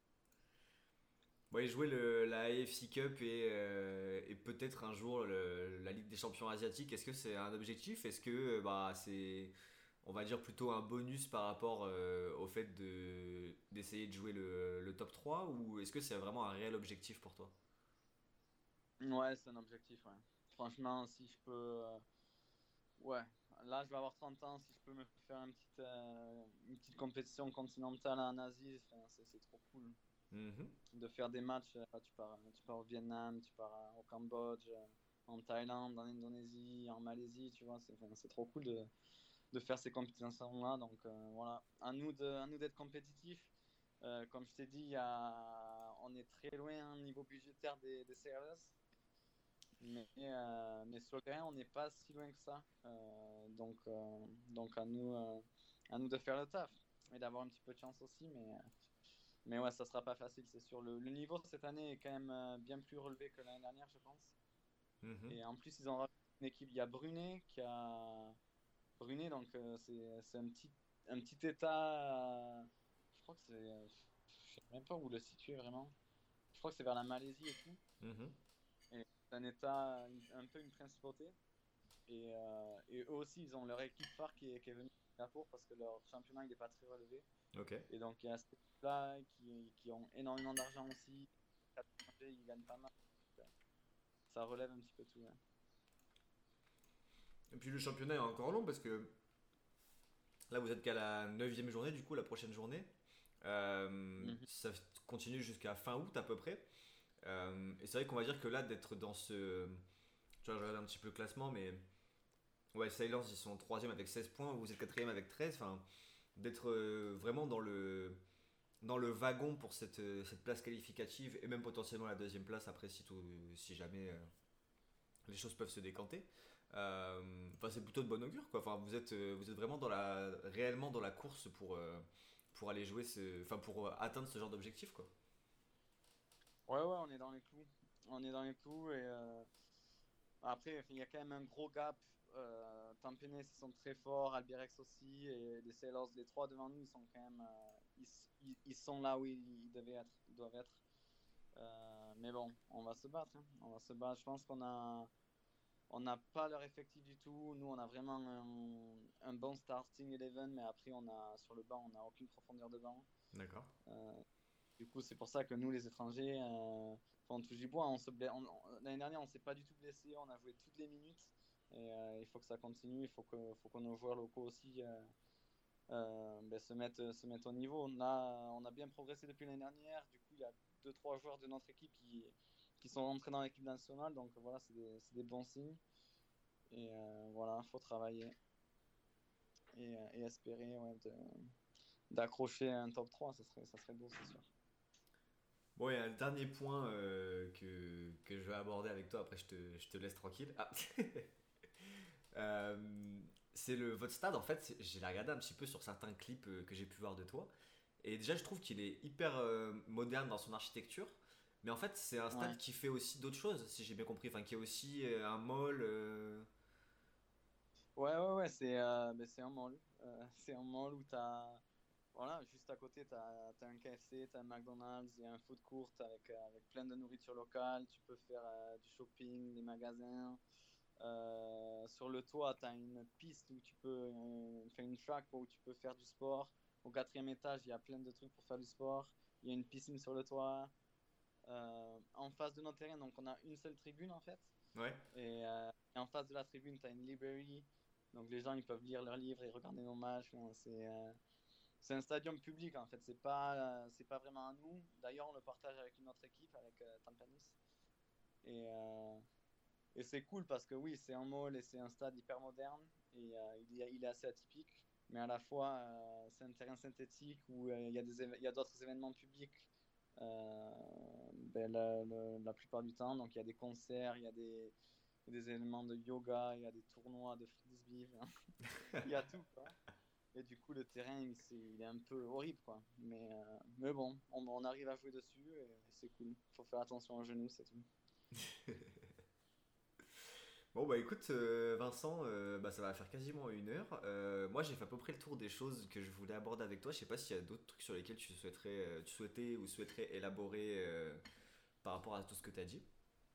Ouais, jouer le, la A F C Cup et, euh, et peut-être un jour le- la Ligue des Champions asiatiques, est-ce que c'est un objectif? Est-ce que euh, bah, c'est, on va dire, plutôt un bonus par rapport euh, au fait de, d'essayer de jouer le, le top trois ou est-ce que c'est vraiment un réel objectif pour toi? Ouais, c'est un objectif. Ouais. Franchement, si je peux, euh, ouais, là, je vais avoir trente ans. Si je peux me faire une petite, euh, une petite compétition continentale en Asie, enfin, c'est c'est trop cool. Mhm. De faire des matchs. euh, Tu pars, tu pars au Vietnam, tu pars euh, au Cambodge, euh, en Thaïlande, en Indonésie, en Malaisie, tu vois. C'est enfin, c'est trop cool de, de faire ces compétitions-là. Donc euh, voilà, à nous de, à nous d'être compétitifs. Euh, comme je t'ai dit, il y a... on est très loin au niveau budgétaire des, des Sailors. Mais, euh, mais sur le terrain, on n'est pas si loin que ça. Euh, donc, euh, donc à nous, euh, à nous de faire le taf et d'avoir un petit peu de chance aussi. Mais, mais ouais, ça sera pas facile, c'est sûr. Le, le niveau cette année est quand même euh, bien plus relevé que l'année dernière, je pense. Mhm. Et en plus, ils ont rajouté une équipe. Il y a Brunet qui a Brunet, donc euh, c'est, c'est un petit, un petit état. euh, je crois que c'est, euh, je sais même pas où le situer vraiment. Je crois que c'est vers la Malaisie et tout. Mhm. Et c'est un état, un peu une principauté. Et, euh, et eux aussi, ils ont leur équipe phare qui est, qui est venue à Singapour parce que leur championnat il n'est pas très relevé. Ok. Et donc, il y a cette équipe-là qui, qui ont énormément d'argent aussi. Ils gagnent pas mal. Ça relève un petit peu tout. Ouais. Et puis le championnat est encore long parce que là vous êtes qu'à la neuvième journée, du coup la prochaine journée. Euh, Mhm. ça continue jusqu'à fin août à peu près. Euh, et c'est vrai qu'on va dire que là d'être dans ce... Tu vois, je regarde un petit peu le classement, mais... Ouais, Sailors ils sont troisième avec seize points, vous êtes quatrième avec treize. Enfin, d'être euh, vraiment dans le, dans le wagon pour cette, euh, cette place qualificative et même potentiellement la deuxième place après si, tout, si jamais euh, les choses peuvent se décanter. Euh, Enfin, c'est plutôt de bon augure quoi. Enfin, vous êtes, euh, vous êtes vraiment dans la, réellement dans la course pour, euh, pour aller jouer ce, enfin pour euh, atteindre ce genre d'objectif quoi. Ouais, ouais, on est dans les clous. On est dans les clous et euh, après, il y a quand même un gros gap. Euh, Tampines, ils sont très forts, Albirex aussi, et les Sailors, les trois devant nous, ils sont quand même, euh, ils, ils, ils sont là où ils, ils devaient être, ils doivent être. Euh, mais bon, on va se battre. Hein. On va se battre. Je pense qu'on a, on n'a pas leur effectif du tout. Nous, on a vraiment un, un bon starting eleven, mais après, on a sur le banc, on n'a aucune profondeur de banc. D'accord. Euh, du coup, c'est pour ça que nous, les étrangers, euh, on touche du bois. On se blesse. On- on- L'année dernière, on s'est pas du tout blessé. On a joué toutes les minutes. Et euh, il faut que ça continue. Il faut que, faut que nos joueurs locaux aussi euh, euh, ben, se mettent, se mettent au niveau. On a, on a bien progressé depuis l'année dernière. Du coup, il y a deux, trois joueurs de notre équipe qui, qui sont rentrés dans l'équipe nationale. Donc voilà, c'est des, c'est des bons signes. Et euh, voilà, il faut travailler et, euh, et espérer ouais, de- d'accrocher un top trois. Ça serait, ça serait beau, c'est sûr. Bon, il y a un dernier point euh, que, que je vais aborder avec toi, après je te, je te laisse tranquille. Ah. Euh, c'est le votre stade en fait, c'est- j'ai regardé un petit peu sur certains clips euh, que j'ai pu voir de toi et déjà je trouve qu'il est hyper euh, moderne dans son architecture, mais en fait c'est un stade Ouais. qui fait aussi d'autres choses si j'ai bien compris, enfin qui est aussi euh, un mall. euh, Ouais, ouais, ouais, c'est euh, ben, c'est un mall. Euh, c'est un mall où t'as. Voilà, juste à côté, t'as, t'as un K F C, t'as un McDonald's, il y a un food court avec, euh, avec plein de nourriture locale. Tu peux faire euh, du shopping, des magasins. Euh, sur le toit, t'as une piste où tu peux. Euh, faire une track où tu peux faire du sport. Au quatrième étage, il y a plein de trucs pour faire du sport. Il y a une piscine sur le toit. Euh, en face de notre terrain, donc on a une seule tribune en fait. Ouais. Et, euh, et en face de la tribune, tu as une librairie. Donc les gens ils peuvent lire leurs livres et regarder nos matchs. Bon, c'est euh, c'est un stadium public en fait. C'est pas, euh, c'est pas vraiment à nous. D'ailleurs, on le partage avec une autre équipe, avec euh, Tampanis. Et, euh, et c'est cool parce que oui, c'est un mall et c'est un stade hyper moderne. Et euh, il, est, il est assez atypique. Mais à la fois, euh, c'est un terrain synthétique où euh, il y a des éve- il y a d'autres événements publics euh, ben, la, la, la plupart du temps. Donc il y a des concerts, il y a des, des éléments de yoga, il y a des tournois de frisbee, il y a tout quoi. Et du coup, le terrain, il, c'est, il est un peu horrible quoi. Mais, euh, mais bon, on, on arrive à jouer dessus et, et c'est cool. Faut faire attention aux genoux, c'est tout. Bon bah écoute euh, Vincent, euh, bah, ça va faire quasiment une heure. Euh, moi j'ai fait à peu près le tour des choses que je voulais aborder avec toi. Je sais pas s'il y a d'autres trucs sur lesquels tu souhaiterais, euh, tu souhaitais ou souhaiterais élaborer euh, par rapport à tout ce que tu as dit.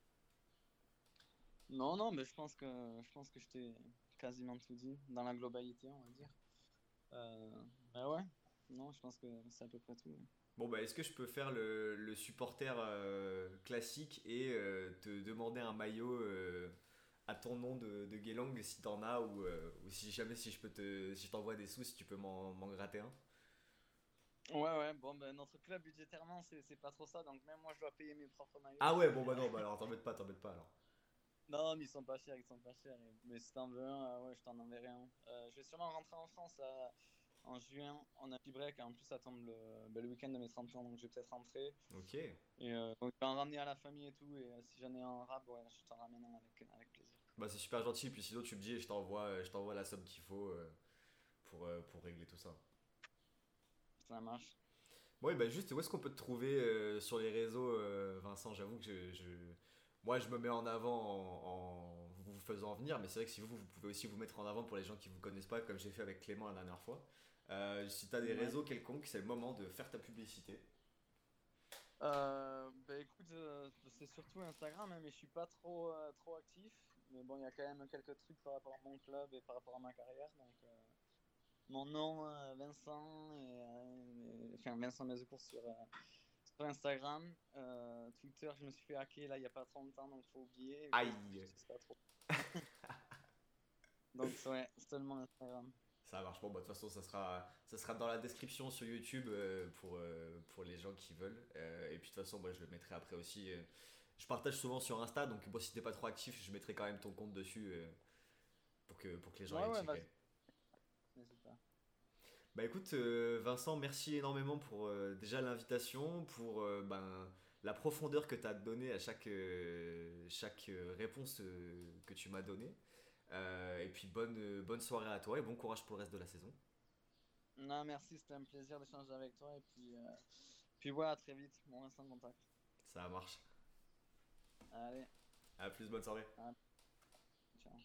Non, non, mais je pense que je pense que je t'ai quasiment tout dit dans la globalité, on va dire. Euh, bah ouais, non, je pense que c'est à peu près tout. Ouais. Bon bah est-ce que je peux faire le, le supporter euh, classique et euh, te demander un maillot euh, à ton nom de, de Guélang si t'en as ou, euh, ou si jamais si je peux te si je t'envoie des sous si tu peux m'en, m'en gratter un. Ouais, ouais, bon, ben notre club budgétairement, c'est c'est pas trop ça, donc même moi je dois payer mes propres maillots. Ah ouais bon Mais, bah euh, non bah alors t'embête pas t'embête pas alors. non, mais ils sont pas chers, ils sont pas chers. et- Mais si t'en veux un, euh, ouais, je t'en enverrai un. Euh, je vais sûrement rentrer en France là, en juin, on a un petit break. Et en plus, ça tombe le, ben, le week-end de mes trente ans, donc je vais peut-être rentrer. Ok. Et euh, donc, je vais en ramener à la famille et tout. Et euh, si j'en ai un en rab, ouais, je t'en ramène un avec, avec plaisir. Bah c'est super gentil, puis sinon tu me dis et je t'envoie, euh, je t'envoie la somme qu'il faut euh, pour, euh, pour régler tout ça. Ça marche. Ouais, bah juste, où est-ce qu'on peut te trouver euh, sur les réseaux, euh, Vincent? J'avoue que je, je- moi je me mets en avant en, en vous faisant venir, mais c'est vrai que si vous, vous pouvez aussi vous mettre en avant pour les gens qui vous connaissent pas, comme j'ai fait avec Clément la dernière fois. Euh, si t'as des Ouais. réseaux quelconques, c'est le moment de faire ta publicité. Euh, bah écoute, euh, c'est surtout Instagram, hein, mais je suis pas trop, euh, trop actif. Mais bon, il y a quand même quelques trucs par rapport à mon club et par rapport à ma carrière. Donc, euh, mon nom, euh, Vincent, et, euh, et- enfin Vincent Mezecourt sur, euh, sur Instagram. Euh, Twitter, je me suis fait hacker là il y a pas trop longtemps, donc faut oublier. Et Facebook, Aïe! j'utilise pas trop. Donc, ouais, seulement Instagram. Ça marche. Bon, bah, de toute façon, ça sera, ça sera dans la description sur YouTube euh, pour, euh, pour les gens qui veulent. Euh, et puis, de toute façon, moi, je le mettrai après aussi. euh, je partage souvent sur Insta, donc bon, si t'es pas trop actif, je mettrai quand même ton compte dessus euh, pour, que, pour que les gens Ouais, aillent ouais, checker. vas-y, n'hésite pas. Bah écoute, euh, Vincent, merci énormément pour euh, déjà l'invitation, pour euh, ben, la profondeur que tu as donnée à chaque, euh, chaque euh, réponse euh, que tu m'as donnée. Euh, et puis bonne, euh, bonne soirée à toi et bon courage pour le reste de la saison. Non, merci, c'était un plaisir d'échanger avec toi. Et puis, euh, puis ouais, à très vite. On reste en contact. Ça marche. Allez, À plus, bonne soirée. à... ciao.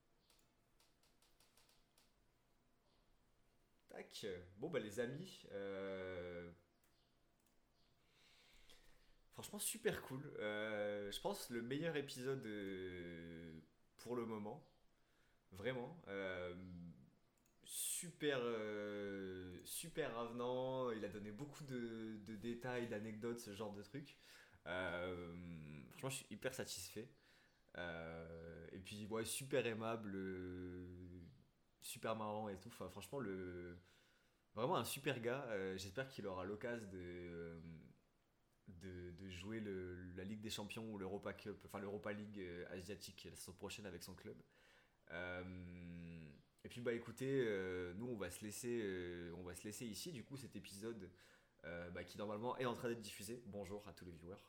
Tac. Bon bah les amis, euh, franchement super cool. Euh, je pense le meilleur épisode euh, pour le moment. Vraiment. Euh, super, euh, super avenant. Il a donné beaucoup de, de détails, d'anecdotes, ce genre de trucs. Euh, franchement, je suis hyper satisfait. Euh, et puis, ouais, super aimable, euh, super marrant et tout. Enfin, franchement, le, vraiment un super gars. Euh, j'espère qu'il aura l'occasion de, euh, de, de jouer le, la Ligue des Champions ou l'Europa Cup, enfin l'Europa League euh, asiatique la saison prochaine avec son club. Euh, et puis bah écoutez, euh, nous on va se laisser, euh, on va se laisser ici. Du coup cet épisode euh, bah, qui normalement est en train d'être diffusé. Bonjour à tous les viewers.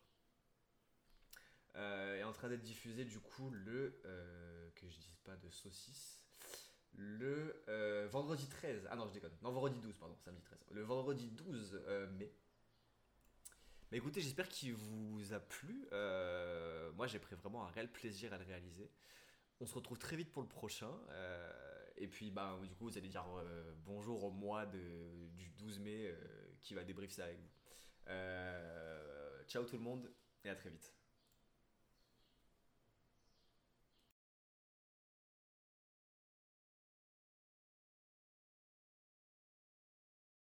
Euh, est en train d'être diffusé du coup le euh, que je dise pas de saucisse. Le euh, vendredi treize. Ah non je déconne. Non vendredi douze pardon, samedi treize. Le vendredi douze euh, mai. Mais écoutez, j'espère qu'il vous a plu. Euh, moi, j'ai pris vraiment un réel plaisir à le réaliser. On se retrouve très vite pour le prochain. Euh, et puis, bah, du coup, vous allez dire euh, bonjour au mois de, du douze mai euh, qui va débrief ça avec vous. Euh, ciao tout le monde et à très vite.